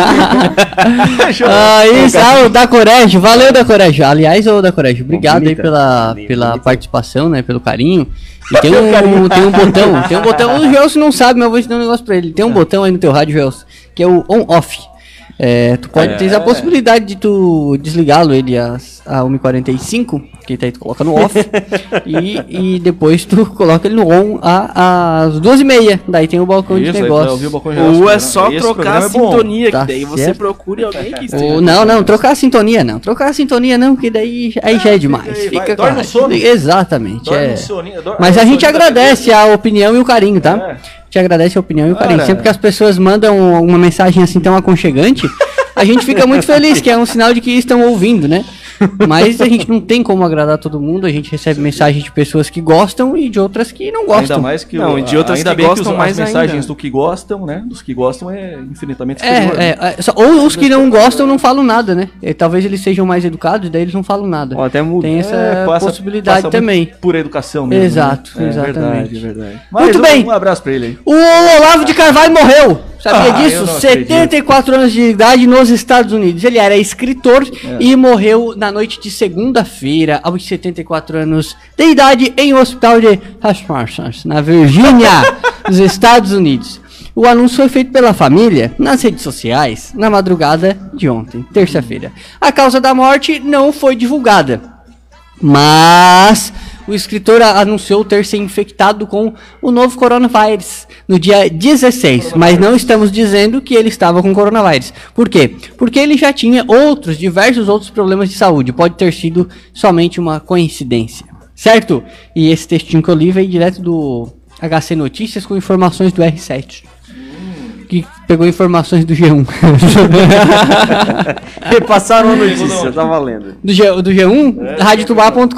Speaker 7: Isso, o da Corégio. Valeu, da Corégio. Aliás, o da Corégio, obrigado aí pela participação, né? Pelo carinho. E tem um botão. Tem um botão. O Joelson não sabe, mas eu vou te dar um negócio pra ele. Tem um botão aí no teu rádio, Joelson, que é o on-off. Tu pode ter a possibilidade de tu desligá-lo ele a 1h45, que daí tu coloca no off, e depois tu coloca ele no on às 2h30, daí tem o balcão de negócio.
Speaker 9: Ou é só trocar a sintonia, que daí você procure alguém que esteja...
Speaker 7: Não, trocar a sintonia não, que daí já é demais. Fica
Speaker 5: dorme no sono.
Speaker 7: Exatamente.
Speaker 5: Soninho,
Speaker 7: mas a gente agradece a opinião e o carinho, tá? Te agradece a opinião e o carinho. Sempre que as pessoas mandam uma mensagem assim tão aconchegante, a gente fica muito feliz, que é um sinal de que estão ouvindo, né? Mas a gente não tem como agradar todo mundo, a gente recebe mensagens de pessoas que gostam e de outras que não gostam.
Speaker 5: Ainda mais que
Speaker 9: de outras que gostam mais
Speaker 5: as mensagens
Speaker 9: ainda.
Speaker 5: Do que gostam, né? Dos que gostam é infinitamente superior.
Speaker 7: Ou os que não gostam não falam nada, né? Talvez eles sejam mais educados e daí eles não falam nada.
Speaker 8: Ou até muda.
Speaker 7: Tem essa possibilidade
Speaker 5: passa
Speaker 7: também.
Speaker 5: Por educação mesmo.
Speaker 7: Exato,
Speaker 5: né?
Speaker 7: exatamente.
Speaker 5: Verdade.
Speaker 7: Muito bem.
Speaker 5: Um abraço pra ele aí.
Speaker 7: O Olavo de Carvalho morreu. Sabia disso? 74 anos de idade nos Estados Unidos. Ele era escritor e morreu na noite de segunda-feira, aos 74 anos de idade, em um hospital de Hastings, na Virgínia, nos Estados Unidos. O anúncio foi feito pela família nas redes sociais na madrugada de ontem, terça-feira. A causa da morte não foi divulgada, mas o escritor anunciou ter se infectado com o novo coronavírus no dia 16, mas não estamos dizendo que ele estava com coronavírus. Por quê? Porque ele já tinha diversos outros problemas de saúde. Pode ter sido somente uma coincidência, certo? E esse textinho que eu li veio direto do HC Notícias com informações do R7. Que pegou informações do G1.
Speaker 8: Repassaram a notícia, tá valendo.
Speaker 7: Do G1? Radiotubá.com.br.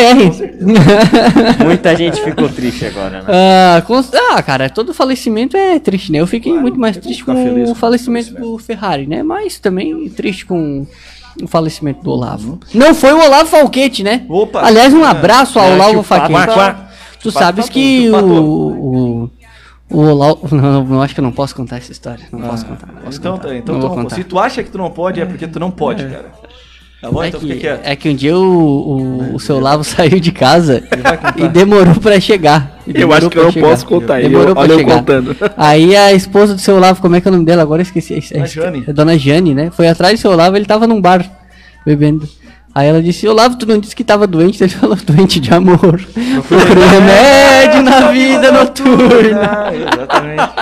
Speaker 8: Muita gente ficou triste agora, né?
Speaker 7: Cara, todo falecimento é triste, né? Eu fiquei muito mais triste com o falecimento do Ferrari, né? Mas também triste com o falecimento do Olavo. Não foi o Olavo Falquete, né?
Speaker 5: Opa!
Speaker 7: Aliás, um abraço ao Olavo Falquete. Tu sabes que o Olavo... Não, acho que eu não posso contar essa história. Não posso contar.
Speaker 5: Então se tu acha que tu não pode, é porque tu não pode, cara. Tá bom? Então fica quieto.
Speaker 7: É que um dia o seu Olavo saiu de casa e demorou pra chegar.
Speaker 9: Eu acho que eu não posso contar.
Speaker 7: Demorou pra chegar.
Speaker 9: Contando.
Speaker 7: Aí a esposa do seu Olavo, como é que é o nome dela? Agora eu esqueci. É Dona Jane, né? Foi atrás do seu Olavo, ele tava num bar bebendo. Aí ela disse: Olavo, tu não disse que tava doente? Ele falou: doente de amor. Procurei remédio na vida noturna.
Speaker 5: Exatamente.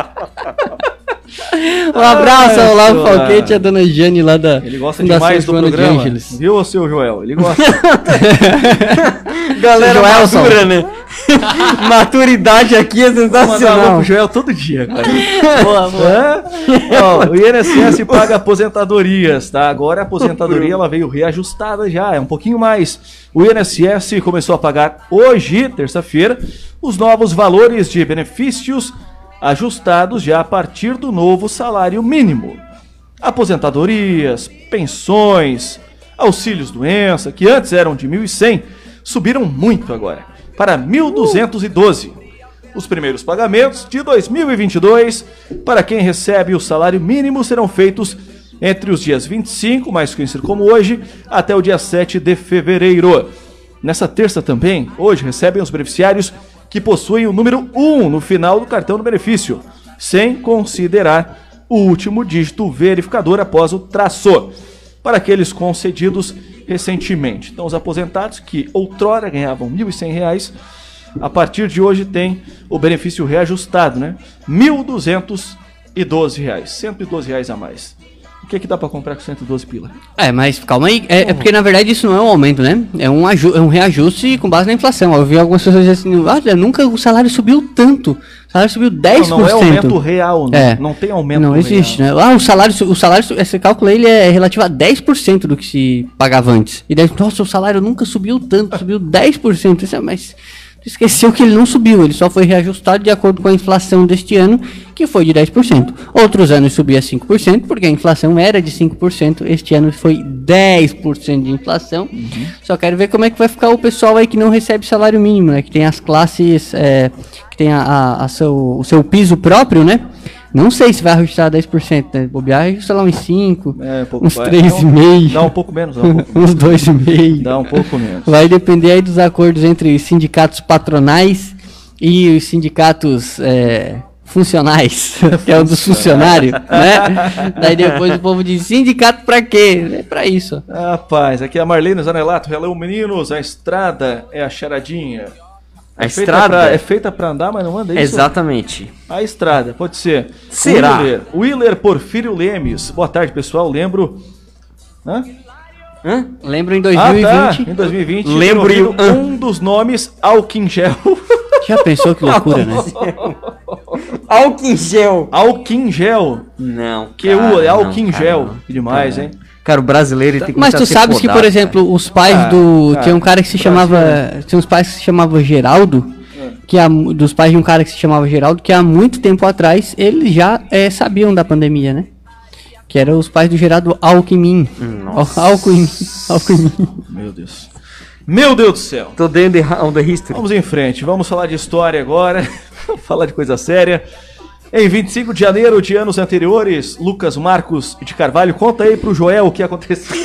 Speaker 7: Um abraço ao Olavo Falquete e a Dona Jane lá da
Speaker 5: Ele gosta demais do programa, viu, seu Joel? Ele gosta.
Speaker 8: Galera madura, né? Maturidade aqui é sensacional.
Speaker 5: Pro Joel todo dia, cara. Boa. O INSS paga aposentadorias, tá? Agora a aposentadoria ela veio reajustada já, é um pouquinho mais. O INSS começou a pagar hoje, terça-feira, os novos valores de benefícios ajustados já a partir do novo salário mínimo. Aposentadorias, pensões, auxílios doença, que antes eram de 1.100, subiram muito agora, para 1.212. Os primeiros pagamentos de 2022 para quem recebe o salário mínimo serão feitos entre os dias 25, mais conhecido como hoje, até o dia 7 de fevereiro. Nessa terça também, hoje, recebem os beneficiários que possuem o número 1 no final do cartão do benefício, sem considerar o último dígito verificador após o traço, para aqueles concedidos recentemente. Então, os aposentados que outrora ganhavam R$ 1.100, a partir de hoje tem o benefício reajustado, né? R$ 1.212, R$ 112 a mais. O que dá pra comprar com 112 pila?
Speaker 7: Mas calma aí, é porque na verdade isso não é um aumento, né? É um reajuste com base na inflação. Eu vi algumas pessoas dizendo assim, nunca o salário subiu tanto. O salário subiu 10%.
Speaker 5: Não é aumento real, né? Não tem aumento real.
Speaker 7: Não existe, né? O salário, esse cálculo ele é relativo a 10% do que se pagava antes. E daí, nossa, o salário nunca subiu tanto, subiu 10%. Mas esqueceu que ele não subiu, ele só foi reajustado de acordo com a inflação deste ano, que foi de 10%. Outros anos subia 5%, porque a inflação era de 5%, este ano foi 10% de inflação. Só quero ver como é que vai ficar o pessoal aí que não recebe salário mínimo, né? Que tem as classes, que tem o seu piso próprio, né? Não sei se vai ajustar 10%, né? Bobear, ajusta lá uns 5, uns 3,5.
Speaker 5: Dá um pouco menos.
Speaker 7: Uns 2,5.
Speaker 5: Dá um pouco menos.
Speaker 7: Vai depender aí dos acordos entre sindicatos patronais e os sindicatos funcionais, que é o dos funcionários, né? Daí depois o povo diz, sindicato pra quê? É pra isso.
Speaker 5: Rapaz, aqui é a Marlene Zanelato. Hello, meninos, a estrada é a charadinha.
Speaker 8: A estrada
Speaker 5: é feita pra andar, mas não anda isso?
Speaker 8: Exatamente.
Speaker 5: A estrada, pode ser.
Speaker 8: Será?
Speaker 5: Willer Porfírio Lemes. Boa tarde, pessoal. Lembro...
Speaker 7: Lembro em 2020.
Speaker 5: Em 2020.
Speaker 8: Lembro
Speaker 5: um dos nomes Álcool Gel.
Speaker 7: Já pensou que loucura, né?
Speaker 8: Álcool Gel.
Speaker 5: Álcool Gel.
Speaker 8: Não.
Speaker 5: É Álcool Gel. Demais, hein?
Speaker 8: Cara, o brasileiro tem que
Speaker 7: Mas tu sabes que, por exemplo, os pais tinha um cara que se chamava... Tinha uns pais que se chamavam Geraldo, dos pais de um cara que se chamava Geraldo, que há muito tempo atrás, eles já sabiam da pandemia, né? Que eram os pais do Geraldo Alckmin. Alckmin.
Speaker 5: Meu Deus do céu.
Speaker 8: Tô dentro on the history.
Speaker 5: Vamos em frente, vamos falar de história agora. Falar de coisa séria. Em 25 de janeiro de anos anteriores, Lucas Marcos de Carvalho, conta aí pro Joel o que aconteceu.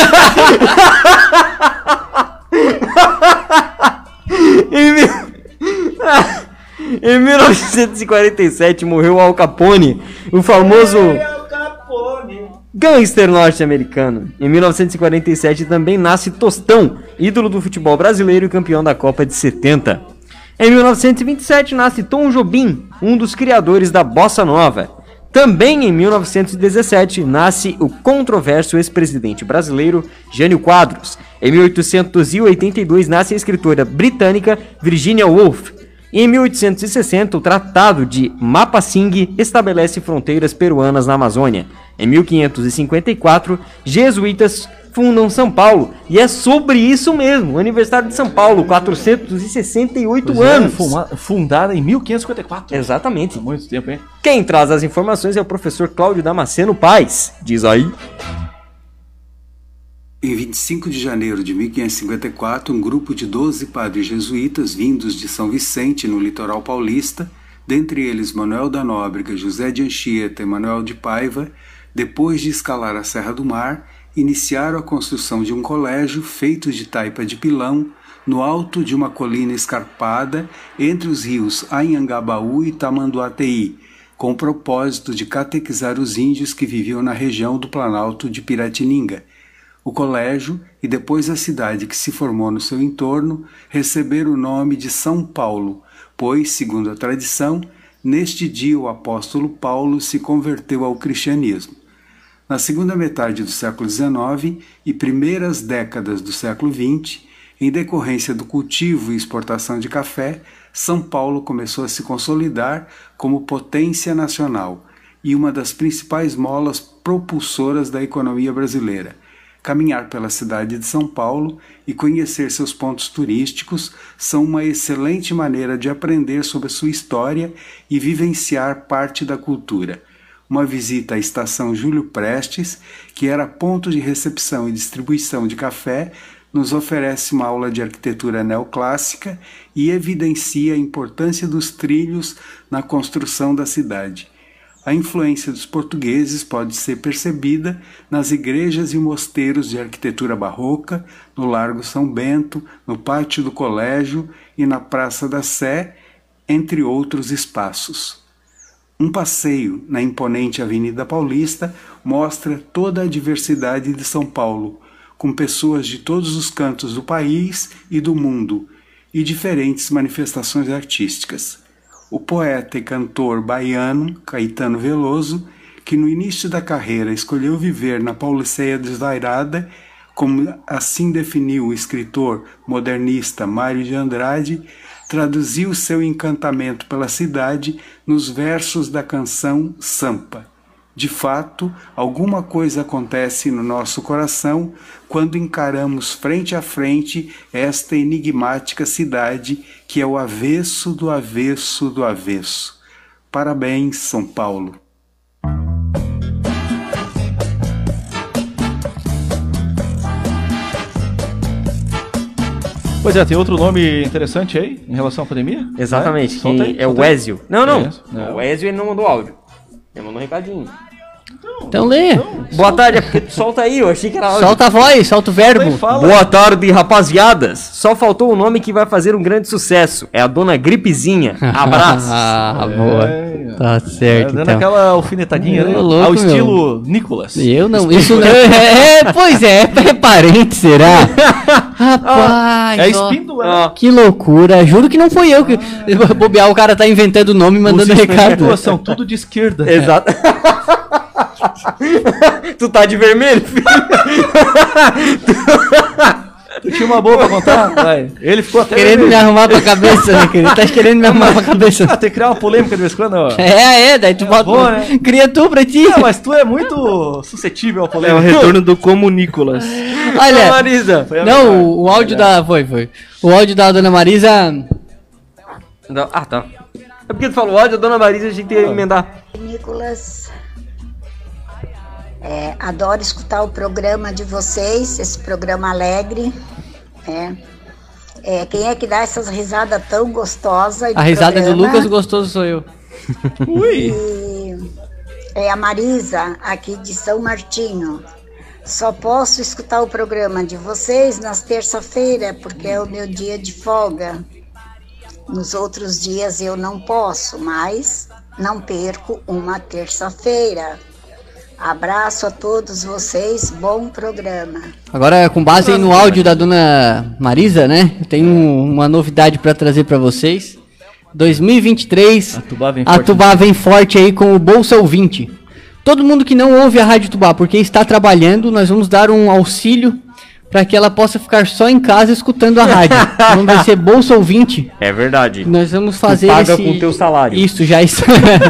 Speaker 8: Em 1947 morreu Al Capone, o famoso... Gangster norte-americano. Em 1947 também nasce Tostão, ídolo do futebol brasileiro e campeão da Copa de 70. Em 1927 nasce Tom Jobim, um dos criadores da Bossa Nova. Também em 1917 nasce o controverso ex-presidente brasileiro Jânio Quadros. Em 1882 nasce a escritora britânica Virginia Woolf. E em 1860 o Tratado de Mapasing estabelece fronteiras peruanas na Amazônia. Em 1554, jesuítas fundam São Paulo. E é sobre isso mesmo, o aniversário de São Paulo, 468 anos.
Speaker 5: Fundada em 1554.
Speaker 8: Exatamente.
Speaker 5: Há muito tempo, hein?
Speaker 8: Quem traz as informações é o professor Cláudio Damasceno Paes. Diz aí.
Speaker 13: Em 25 de janeiro de 1554, um grupo de 12 padres jesuítas vindos de São Vicente, no litoral paulista, dentre eles Manuel da Nóbrega, José de Anchieta e Manuel de Paiva, depois de escalar a Serra do Mar, iniciaram a construção de um colégio feito de taipa de pilão no alto de uma colina escarpada entre os rios Anhangabaú e Tamanduateí, com o propósito de catequizar os índios que viviam na região do Planalto de Piratininga. O colégio, e depois a cidade que se formou no seu entorno, receberam o nome de São Paulo, pois, segundo a tradição, neste dia o apóstolo Paulo se converteu ao cristianismo. Na segunda metade do século XIX e primeiras décadas do século XX, em decorrência do cultivo e exportação de café, São Paulo começou a se consolidar como potência nacional e uma das principais molas propulsoras da economia brasileira. Caminhar pela cidade de São Paulo e conhecer seus pontos turísticos são uma excelente maneira de aprender sobre sua história e vivenciar parte da cultura. Uma visita à estação Júlio Prestes, que era ponto de recepção e distribuição de café, nos oferece uma aula de arquitetura neoclássica e evidencia a importância dos trilhos na construção da cidade. A influência dos portugueses pode ser percebida nas igrejas e mosteiros de arquitetura barroca, no Largo São Bento, no pátio do colégio e na Praça da Sé, entre outros espaços. Um passeio na imponente Avenida Paulista mostra toda a diversidade de São Paulo, com pessoas de todos os cantos do país e do mundo, e diferentes manifestações artísticas. O poeta e cantor baiano Caetano Veloso, que no início da carreira escolheu viver na Pauliceia desvairada, como assim definiu o escritor modernista Mário de Andrade, traduziu seu encantamento pela cidade nos versos da canção Sampa. De fato, alguma coisa acontece no nosso coração quando encaramos frente a frente esta enigmática cidade que é o avesso do avesso do avesso. Parabéns, São Paulo.
Speaker 5: Pois é, tem outro nome interessante aí em relação à pandemia?
Speaker 8: Exatamente, é o Ézio. Não. O Ézio ele não mandou áudio. Ele mandou um recadinho.
Speaker 7: Então lê.
Speaker 8: Boa tarde, solta aí, eu achei que era áudio.
Speaker 7: Solta a voz, solta o verbo.
Speaker 8: Boa tarde, rapaziadas. Só faltou o nome que vai fazer um grande sucesso. É a Dona Gripezinha. Abraço.
Speaker 7: Boa. Tá certo.
Speaker 5: Dando aquela alfinetadinha, né?
Speaker 7: Louco,
Speaker 5: ao estilo Nicolas.
Speaker 7: Eu não. Isso não. Pois é parente, será? Rapaz.
Speaker 5: É espíndola.
Speaker 7: Que loucura. Juro que não foi eu que. Bobear, o cara tá inventando o nome e mandando recado.
Speaker 5: São tudo de esquerda.
Speaker 8: Exato. Tu tá de vermelho, filho?
Speaker 5: Tu tinha uma boa pra contar? Vai. Ele ficou até
Speaker 7: querendo me arrumar pra cabeça, né? Ele tá querendo me arrumar pra cabeça.
Speaker 5: Tem que criar uma polêmica de vez em quando, ó.
Speaker 7: Daí tu bota. Né? Cria tu pra ti.
Speaker 5: Não, mas tu é muito suscetível à polêmica.
Speaker 9: É o retorno do Como Nicolas.
Speaker 7: Olha,
Speaker 8: Marisa.
Speaker 7: Não, o áudio da. Foi. O áudio da Dona Marisa.
Speaker 8: Ah, tá. É porque tu falou áudio da Dona Marisa, a gente ia emendar.
Speaker 14: Nicolas. Adoro escutar o programa de vocês, esse programa alegre. Quem é que dá essas risadas tão gostosas?
Speaker 7: A risada do Lucas gostoso sou eu.
Speaker 14: Ui! É a Marisa, aqui de São Martinho. Só posso escutar o programa de vocês nas terça-feira, porque é o meu dia de folga. Nos outros dias eu não posso, mas não perco uma terça-feira. Abraço a todos vocês, bom programa.
Speaker 7: Agora, com base aí no áudio da dona Marisa, né? Eu tenho uma novidade para trazer para vocês. 2023, a Tubá vem forte aí com o Bolsa Ouvinte. Todo mundo que não ouve a Rádio Tubá porque está trabalhando, nós vamos dar um auxílio para que ela possa ficar só em casa escutando a rádio. Então vai ser Bolsa Ouvinte.
Speaker 8: É verdade.
Speaker 7: Nós vamos fazer
Speaker 8: tu paga com o teu salário.
Speaker 7: Isso, já está.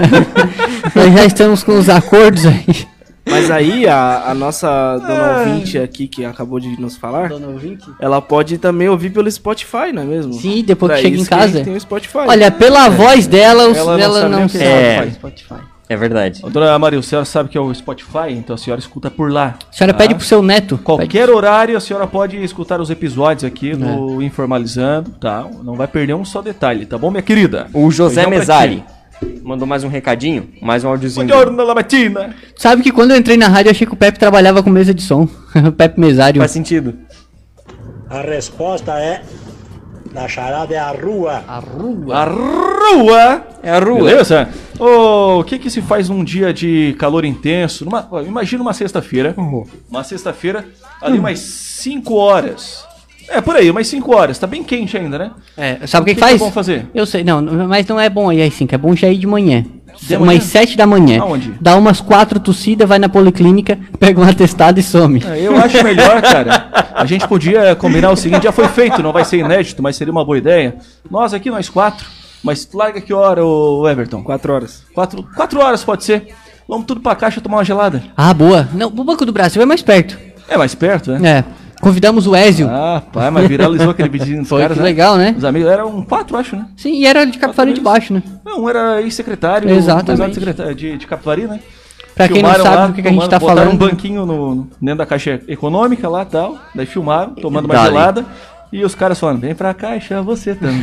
Speaker 7: Nós já estamos com os acordos aí.
Speaker 9: Mas aí, a nossa dona ouvinte aqui, que acabou de nos falar, ela pode também ouvir pelo Spotify, não é mesmo?
Speaker 7: Sim, depois que chega em casa.
Speaker 9: Tem o Spotify.
Speaker 7: Olha, pela voz dela, ela não
Speaker 8: sabe. Spotify. É verdade.
Speaker 5: Dona Maria, a senhora sabe que é o Spotify, então a senhora escuta por lá.
Speaker 7: A senhora pede pro seu neto.
Speaker 5: Qualquer horário a senhora pode escutar os episódios aqui no Informalizando, tá? Não vai perder um só detalhe, tá bom, minha querida?
Speaker 8: O José Mesari mandou mais um recadinho, mais um áudiozinho.
Speaker 5: Buongiorno, la mattina.
Speaker 7: Sabe que quando eu entrei na rádio, eu achei que o Pepe trabalhava com mesa de som. O Pepe Mesário.
Speaker 8: Faz sentido.
Speaker 15: A resposta é... Na charada é a rua.
Speaker 7: A rua?
Speaker 5: A rua?
Speaker 8: É a rua.
Speaker 5: Beleza? O que se faz num dia de calor intenso? Imagina uma sexta-feira. Uma sexta-feira, ali umas 5 horas. É, por aí, umas 5 horas. Tá bem quente ainda, né?
Speaker 7: É, sabe o que faz?
Speaker 5: É bom fazer?
Speaker 7: Eu sei, não, mas não é bom aí às 5, é bom já ir de manhã.
Speaker 5: De
Speaker 7: umas
Speaker 5: manhã?
Speaker 7: 7 da manhã.
Speaker 5: Aonde?
Speaker 7: Dá umas 4 tossidas, vai na policlínica, pega um atestado e some.
Speaker 5: Eu acho melhor, cara. A gente podia combinar o seguinte, já foi feito, não vai ser inédito, mas seria uma boa ideia. Nós aqui, nós 4, mas larga que hora, o Everton?
Speaker 9: 4 horas.
Speaker 5: 4 horas pode ser. Vamos tudo pra caixa tomar uma gelada.
Speaker 7: Ah, boa. Não, o Banco do Brasil é mais perto.
Speaker 5: É mais perto, né?
Speaker 7: É. Convidamos o Ézio.
Speaker 5: Ah, pai, mas viralizou aquele vídeo dos caras, né?
Speaker 7: Legal, né?
Speaker 5: Os amigos, eram 4, acho, né?
Speaker 7: Sim, e era de Capivari de Baixo, né?
Speaker 5: Não, um era ex-secretário.
Speaker 7: Exatamente.
Speaker 5: De Capivari, né?
Speaker 7: Pra quem não sabe do que a gente tá falando.
Speaker 5: Botaram um banquinho dentro da caixa econômica lá e tal. Daí filmaram, tomando uma gelada. E os caras falando, vem pra caixa, você também.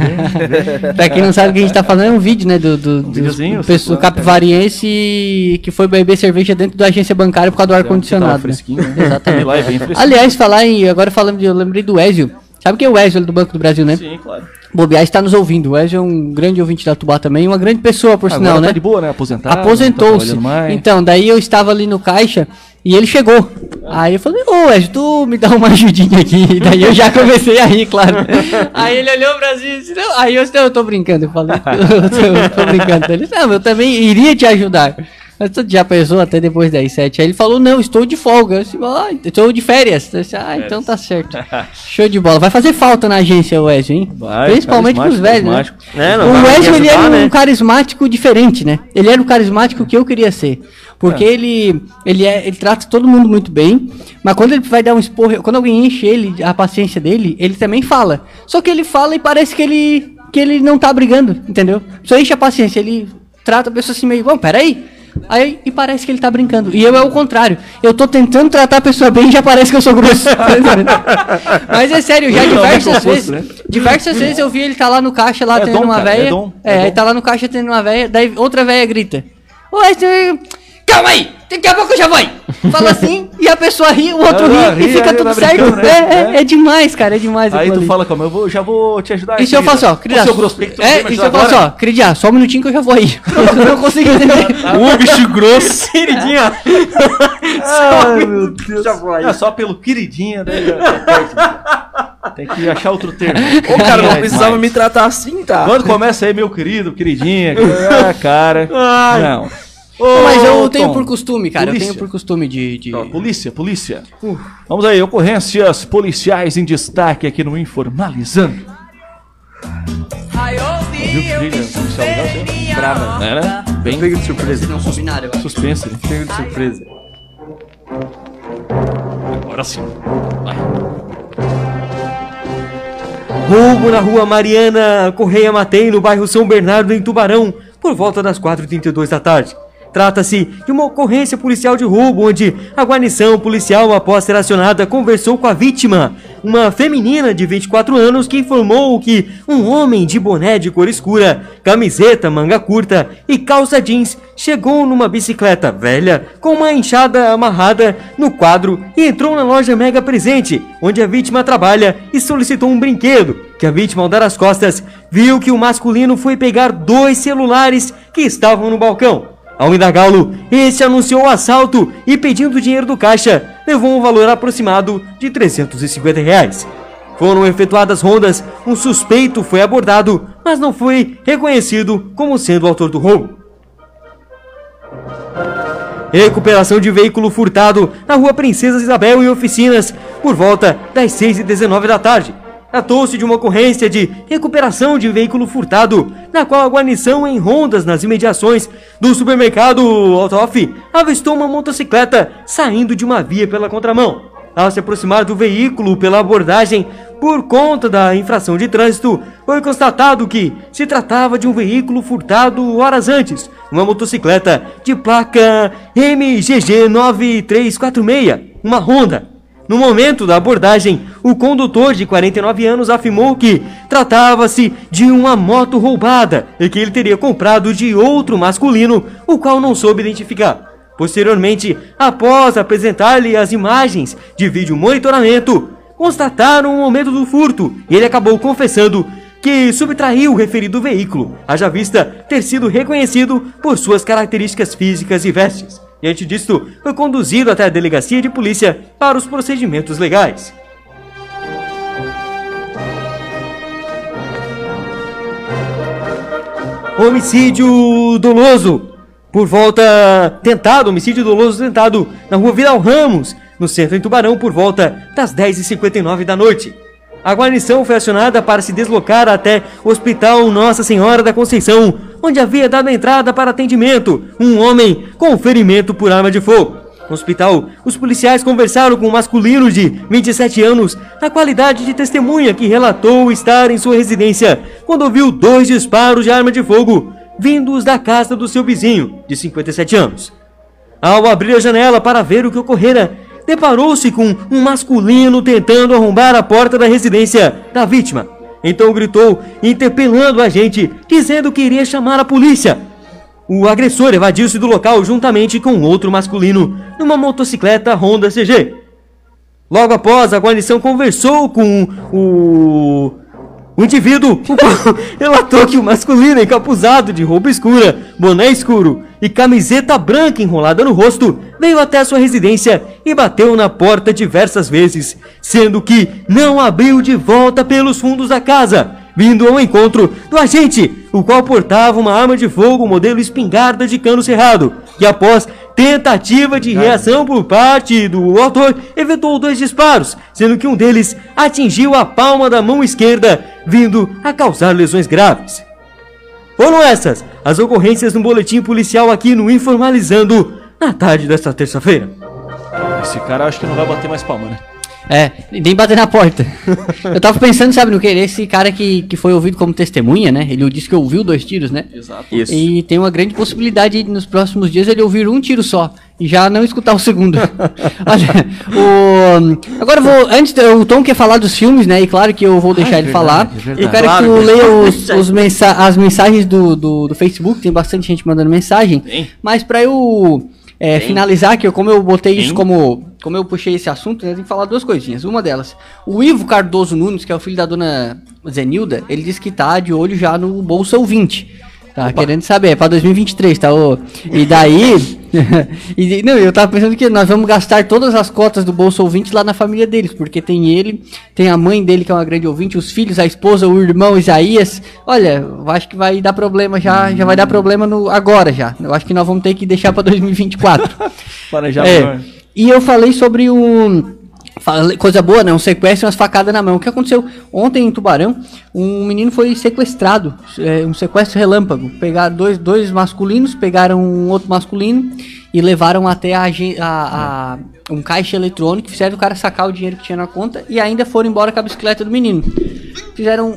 Speaker 7: Pra quem não sabe o que a gente tá falando, é um vídeo, né? Do pessoa capivariense que foi beber cerveja dentro da agência bancária por causa do ar-condicionado.
Speaker 5: Fresquinho, né?
Speaker 7: Exatamente.
Speaker 5: Lá é bem fresquinho.
Speaker 7: Aliás, agora falando, eu lembrei do Ézio. Sabe quem é o Ézio do Banco do Brasil, né?
Speaker 5: Sim, claro.
Speaker 7: Bobear está nos ouvindo. O Ézio é um grande ouvinte da Tubá também, uma grande pessoa, por
Speaker 5: Agora
Speaker 7: sinal, né?
Speaker 5: Tá de boa, né? Aposentado.
Speaker 7: Aposentou-se. Então, daí eu estava ali no caixa e ele chegou. Aí eu falei, ô Ézio, tu me dá uma ajudinha aqui. E daí eu já comecei a rir, claro. Aí ele olhou pra cima e disse, não. Aí eu disse, não, eu tô brincando. Eu falei, eu tô brincando. Ele disse, não, eu também iria te ajudar. Mas tu já pensou até depois das 7? Aí ele falou, não, estou de folga. Eu disse, estou de férias. Eu disse, então tá certo. Show de bola. Vai fazer falta na agência o Ézio, hein?
Speaker 5: Vai,
Speaker 7: principalmente pros velhos, né?
Speaker 8: O
Speaker 7: Ézio, ele era um carismático diferente, né? Ele era o carismático que eu queria ser. Porque ele trata todo mundo muito bem, mas quando ele vai dar um esporro, quando alguém enche a paciência dele, ele também fala. Só que ele fala e parece que ele não tá brigando, entendeu? Só enche a paciência, ele trata a pessoa assim meio, peraí. Aí, e parece que ele tá brincando. E eu é o contrário. Eu tô tentando tratar a pessoa bem e já parece que eu sou grosso. Mas é sério, já diversas vezes eu vi ele tá lá no caixa, lá tendo uma véia. Ele tá lá no caixa tendo uma véia, daí outra véia grita. Calma aí, daqui a pouco eu já vou. Fala assim, e a pessoa ri, o outro ri e fica tudo certo. É demais, cara, é demais.
Speaker 5: Aí tu fala como, já vou te ajudar.
Speaker 7: E se eu faço, ó, querida, e se eu faço, ó, queridinha, só um minutinho que eu já vou aí. Eu não consigo entender.
Speaker 8: Bicho grosso. Queridinha.
Speaker 5: Ai, meu Deus. Já vou aí. É só pelo queridinha, né? Tem que achar outro termo.
Speaker 9: Ô, cara, não precisava me tratar assim, tá?
Speaker 5: Quando começa aí, meu querido, queridinha, cara. Não.
Speaker 7: Mas eu tenho por costume, cara. Polícia. Eu tenho por costume de...
Speaker 5: Polícia. Vamos aí, ocorrências policiais em destaque aqui no Informalizando. Viu que trilha policial legal?
Speaker 8: Brava.
Speaker 5: Né? Bem
Speaker 8: pego de surpresa.
Speaker 7: Não combinaram.
Speaker 5: Suspense.
Speaker 8: Pego de surpresa.
Speaker 5: Agora sim. Vai.
Speaker 8: Roubo na rua Mariana Correia Matei, no bairro São Bernardo, em Tubarão, por volta das 4h32 da tarde. Trata-se de uma ocorrência policial de roubo, onde a guarnição policial, após ser acionada, conversou com a vítima, uma feminina de 24 anos, que informou que um homem de boné de cor escura, camiseta, manga curta e calça jeans chegou numa bicicleta velha com uma enxada amarrada no quadro e entrou na loja Mega Presente, onde a vítima trabalha, e solicitou um brinquedo, que a vítima, ao dar as costas, viu que o masculino foi pegar 2 celulares que estavam no balcão. Ao indagá-lo, esse anunciou o assalto e, pedindo dinheiro do caixa, levou um valor aproximado de R$350. Foram efetuadas rondas, um suspeito foi abordado, mas não foi reconhecido como sendo o autor do roubo. Recuperação de veículo furtado na rua Princesa Isabel, em Oficinas, por volta das 6h19 da tarde. Tratou-se de uma ocorrência de recuperação de veículo furtado, na qual a guarnição, em rondas nas imediações do supermercado Altoff, avistou uma motocicleta saindo de uma via pela contramão. Ao se aproximar do veículo pela abordagem por conta da infração de trânsito, foi constatado que se tratava de um veículo furtado horas antes, uma motocicleta de placa MGG 9346, uma Honda. No momento da abordagem, o condutor de 49 anos afirmou que tratava-se de uma moto roubada e que ele teria comprado de outro masculino, o qual não soube identificar. Posteriormente, após apresentar-lhe as imagens de vídeo monitoramento, constataram o momento do furto e ele acabou confessando que subtraiu o referido veículo, haja vista ter sido reconhecido por suas características físicas e vestes. Diante disto, foi conduzido até a delegacia de polícia para os procedimentos legais. Homicídio doloso. Homicídio doloso tentado na rua Vidal Ramos, no centro em Tubarão, por volta das 10h59 da noite. A guarnição foi acionada para se deslocar até o Hospital Nossa Senhora da Conceição, onde havia dado entrada para atendimento um homem com ferimento por arma de fogo. No hospital, os policiais conversaram com um masculino de 27 anos, na qualidade de testemunha, que relatou estar em sua residência quando ouviu 2 disparos de arma de fogo, vindos da casa do seu vizinho, de 57 anos. Ao abrir a janela para ver o que ocorrera, deparou-se com um masculino tentando arrombar a porta da residência da vítima. Então gritou, interpelando a agente, dizendo que iria chamar a polícia. O agressor evadiu-se do local juntamente com outro masculino, numa motocicleta Honda CG. Logo após, a guarnição conversou com o indivíduo, o qual relatou que o masculino, encapuzado de roupa escura, boné escuro e camiseta branca enrolada no rosto, veio até sua residência e bateu na porta diversas vezes, sendo que não abriu de volta pelos fundos da casa, vindo ao encontro do agente, o qual portava uma arma de fogo modelo espingarda de cano cerrado, e após tentativa de reação por parte do autor, efetuou 2 disparos, sendo que um deles atingiu a palma da mão esquerda, vindo a causar lesões graves. Foram essas as ocorrências no boletim policial aqui no Informalizando, na tarde desta terça-feira.
Speaker 5: Esse cara acho que não vai bater mais palma, né?
Speaker 7: Nem bater na porta. Eu tava pensando, sabe, no que esse cara que foi ouvido como testemunha, né? Ele disse que ouviu 2 tiros, né?
Speaker 5: Exato.
Speaker 7: Isso. E tem uma grande possibilidade de, nos próximos dias, ele ouvir 1 tiro só e já não escutar o segundo. Olha, agora o Tom quer falar dos filmes, né? E claro que eu vou deixar ele falar. Eu quero que tu leia as mensagens do Facebook, tem bastante gente mandando mensagem. Mas pra eu finalizar, que como eu botei isso como eu puxei esse assunto, né, eu tenho que falar 2 coisinhas. Uma delas, o Ivo Cardoso Nunes, que é o filho da dona Zenilda, ele disse que tá de olho já no Bolsa Ouvinte. Tá querendo saber, é pra 2023, tá? E daí... não, eu tava pensando que nós vamos gastar todas as cotas do Bolsa Ouvinte lá na família deles, porque tem ele, tem a mãe dele, que é uma grande ouvinte, os filhos, a esposa, o irmão Isaías. Olha, eu acho que vai dar problema já vai dar problema agora já. Eu acho que nós vamos ter que deixar pra 2024. E eu falei sobre coisa boa, né? Um sequestro e umas facadas na mão. O que aconteceu ontem em Tubarão? Um menino foi sequestrado, um sequestro relâmpago. Pegaram dois masculinos, pegaram um outro masculino e levaram até um caixa eletrônico, fizeram o cara sacar o dinheiro que tinha na conta e ainda foram embora com a bicicleta do menino. Fizeram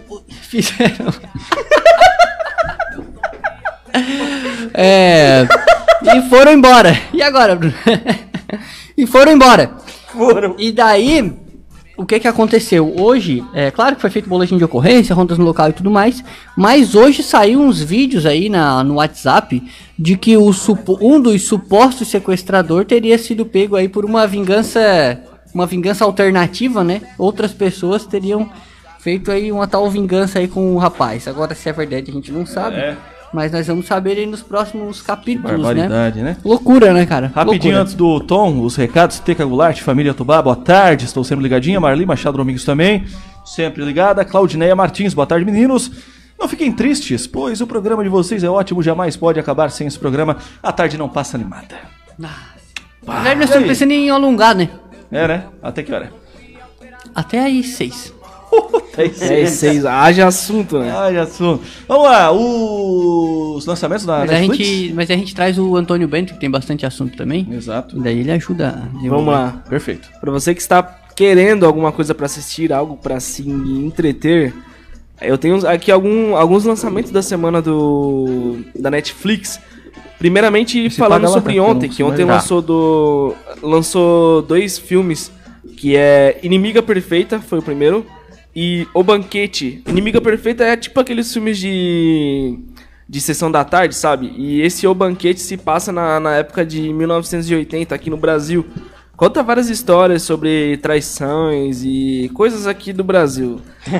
Speaker 7: e foram embora. E agora, Bruno? E foram embora. E daí, o que aconteceu? Hoje, claro que foi feito boletim de ocorrência, rondas no local e tudo mais, mas hoje saiu uns vídeos aí no WhatsApp de que um dos supostos sequestradores teria sido pego aí por uma vingança alternativa, né? Outras pessoas teriam feito aí uma tal vingança aí com o rapaz. Agora, se é verdade, a gente não sabe. Mas nós vamos saber aí nos próximos capítulos,
Speaker 5: Barbaridade, né?
Speaker 7: Loucura, né, cara?
Speaker 5: Rapidinho
Speaker 7: Loucura.
Speaker 5: antes do Tom, os recados. Teca Goulart, família Tubá, boa tarde. Estou sempre ligadinha. Marli Machado Domingos também, sempre ligada. Claudineia Martins, boa tarde, meninos. Não fiquem tristes, pois o programa de vocês é ótimo. Jamais pode acabar sem esse programa. A tarde não passa animada.
Speaker 7: Na verdade, nós estamos pensando em alongar, né?
Speaker 5: É, né? Até que hora?
Speaker 7: Até aí, 6.
Speaker 9: É 6. Haja assunto, né?
Speaker 5: Haja assunto. Vamos lá, os lançamentos da Netflix.
Speaker 7: Mas a gente traz o Antônio Bento, que tem bastante assunto também.
Speaker 5: Exato.
Speaker 7: E daí ele ajuda a desenvolver.
Speaker 9: Vamos lá.
Speaker 5: Perfeito.
Speaker 9: Pra você que está querendo alguma coisa pra assistir, algo pra se entreter, eu tenho aqui alguns lançamentos da semana da Netflix. Primeiramente, falando sobre ontem, que ontem lançou 2 filmes, que é Inimiga Perfeita, foi o primeiro, e O Banquete. Inimiga Perfeita é tipo aqueles filmes de sessão da tarde, sabe? E esse O Banquete se passa na época de 1980, aqui no Brasil. Conta várias histórias sobre traições e coisas aqui do Brasil.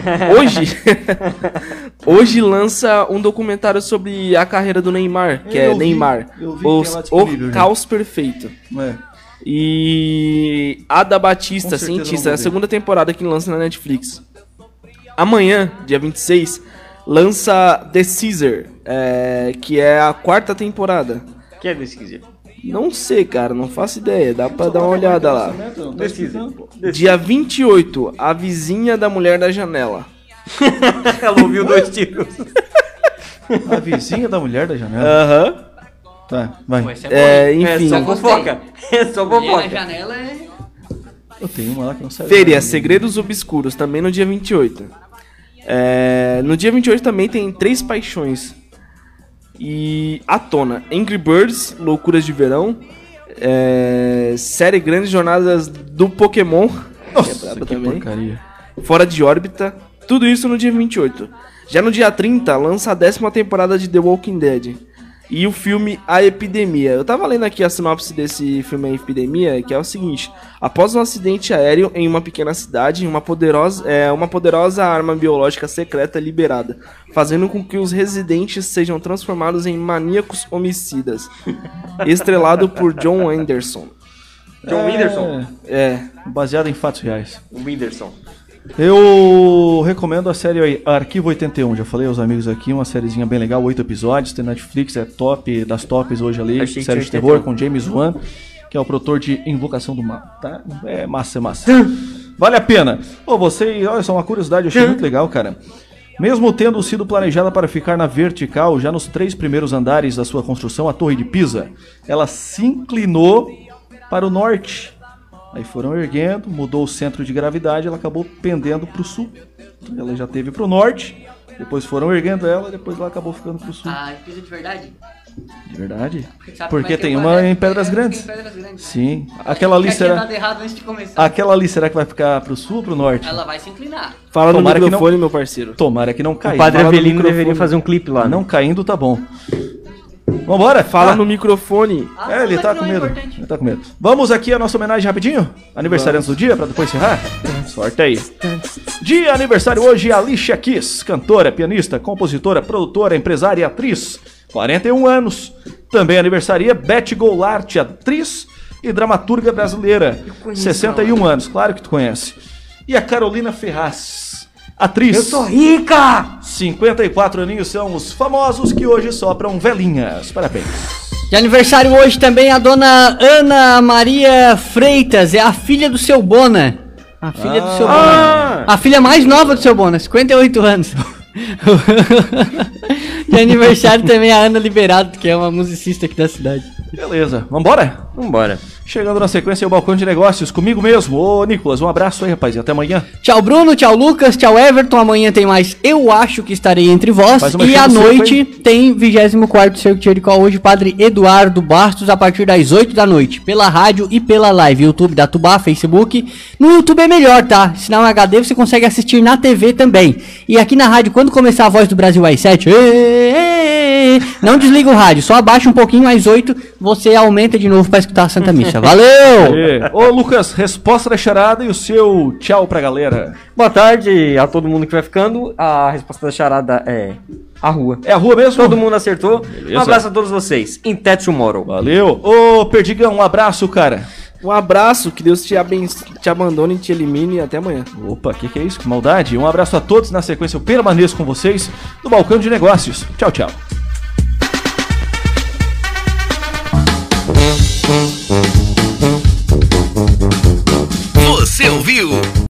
Speaker 9: Hoje lança um documentário sobre a carreira do Neymar, que é Neymar, O Caos Perfeito. E Ada Batista, cientista, é a segunda temporada que lança na Netflix. Amanhã, dia 26, lança The Caesar, que é a 4ª temporada.
Speaker 8: Que é The Caesar?
Speaker 9: Não sei, cara, não faço ideia, dá pra dar uma olhada lá. Dia 28, A Vizinha da Mulher da Janela.
Speaker 8: Ela ouviu 2 tiros.
Speaker 5: A Vizinha da Mulher da Janela?
Speaker 9: Aham.
Speaker 5: Tá, vai.
Speaker 9: Enfim.
Speaker 8: Só fofoca. Só fofoca.
Speaker 7: Janela é...
Speaker 5: Eu tenho uma lá que não sai.
Speaker 9: Fêria, Segredos Obscuros, também no dia 28. No dia 28 também tem 3 Paixões. E à tona, Angry Birds, Loucuras de Verão, série Grandes Jornadas do Pokémon,
Speaker 5: Nossa, que porcaria.
Speaker 9: Fora de Órbita, tudo isso no dia 28. Já no dia 30, lança a 10ª temporada de The Walking Dead. E o filme A Epidemia. Eu tava lendo aqui a sinopse desse filme A Epidemia, que é o seguinte: após um acidente aéreo em uma pequena cidade, uma poderosa arma biológica secreta é liberada, fazendo com que os residentes sejam transformados em maníacos homicidas. Estrelado por John Anderson.
Speaker 8: John Whindersson?
Speaker 5: Baseado em fatos reais.
Speaker 8: Whindersson.
Speaker 5: Eu recomendo a série Arquivo 81, já falei aos amigos aqui, uma sériezinha bem legal, 8 episódios, tem Netflix, é top, das tops hoje ali, série de terror com James Wan, que é o produtor de Invocação do Mal, tá? É massa. Vale a pena. Vocês, olha só, uma curiosidade, eu achei muito legal, cara. Mesmo tendo sido planejada para ficar na vertical, já nos 3 primeiros andares da sua construção, a Torre de Pisa, ela se inclinou para o norte. Aí foram erguendo, mudou o centro de gravidade, ela acabou pendendo para o sul. Ela já teve para o norte, depois foram erguendo ela, depois ela acabou ficando para o sul.
Speaker 7: Ah, Pisa de verdade?
Speaker 5: De verdade?
Speaker 7: Porque
Speaker 5: tem uma em Pedras Grandes. Sim. Aquela ali será... Aquela ali será que vai ficar para o sul ou para o norte?
Speaker 7: Ela vai se inclinar.
Speaker 9: Fala no microfone, meu parceiro.
Speaker 5: Tomara que não caia.
Speaker 8: O Padre Avelino deveria fazer um clipe lá.
Speaker 5: Não caindo, tá bom. Vambora?
Speaker 9: Fala no microfone.
Speaker 5: Ele tá com medo. Ele tá com medo. Vamos aqui a nossa homenagem rapidinho? Aniversário antes do dia, pra depois encerrar? Sorte aí. Dia aniversário hoje, Alicia Keys, cantora, pianista, compositora, produtora, empresária e atriz. 41 anos. Também aniversaria Beth Goulart, atriz e dramaturga brasileira. 61 anos, claro que tu conhece. E a Carolina Ferraz, atriz.
Speaker 8: Eu sou rica!
Speaker 5: 54 aninhos, são os famosos que hoje sopram velhinhas. Parabéns.
Speaker 7: De aniversário hoje também a dona Ana Maria Freitas, é a filha do seu Bona. A filha do seu Bona. A filha mais nova do seu Bona, 58 anos. De aniversário também a Ana Liberado, que é uma musicista aqui da cidade.
Speaker 5: Beleza, vambora?
Speaker 8: Vambora.
Speaker 5: Chegando na sequência, o Balcão de Negócios, comigo mesmo. Ô, Nicolas, um abraço aí, rapaz, e até amanhã.
Speaker 7: Tchau, Bruno, tchau, Lucas, tchau, Everton. Amanhã tem mais Eu Acho Que Estarei Entre Vós. E à noite tem 24º Circo de Jericó, hoje, Padre Eduardo Bastos, a partir das 8 da noite, pela rádio e pela live, YouTube da Tubá, Facebook. No YouTube é melhor, tá? Sinal HD você consegue assistir na TV também. E aqui na rádio, quando começar a Voz do Brasil às 7, Não desliga o rádio, só abaixa um pouquinho, mais 8, você aumenta de novo pra escutar a Santa Missa. Valeu!
Speaker 5: Ô, Lucas, resposta da charada e o seu tchau pra galera.
Speaker 8: Boa tarde a todo mundo que vai ficando. A resposta da charada é a rua.
Speaker 5: É a rua mesmo?
Speaker 8: Todo mundo acertou.
Speaker 5: Beleza.
Speaker 8: Um abraço a todos vocês. In Tet Tomorrow.
Speaker 5: Valeu. Ô, Perdigão, um abraço, cara.
Speaker 9: Um abraço, que Deus te abandone, te elimine e até amanhã.
Speaker 5: Opa, que é isso? Que maldade. Um abraço a todos. Na sequência, eu permaneço com vocês no Balcão de Negócios. Tchau, tchau.
Speaker 16: Você ouviu?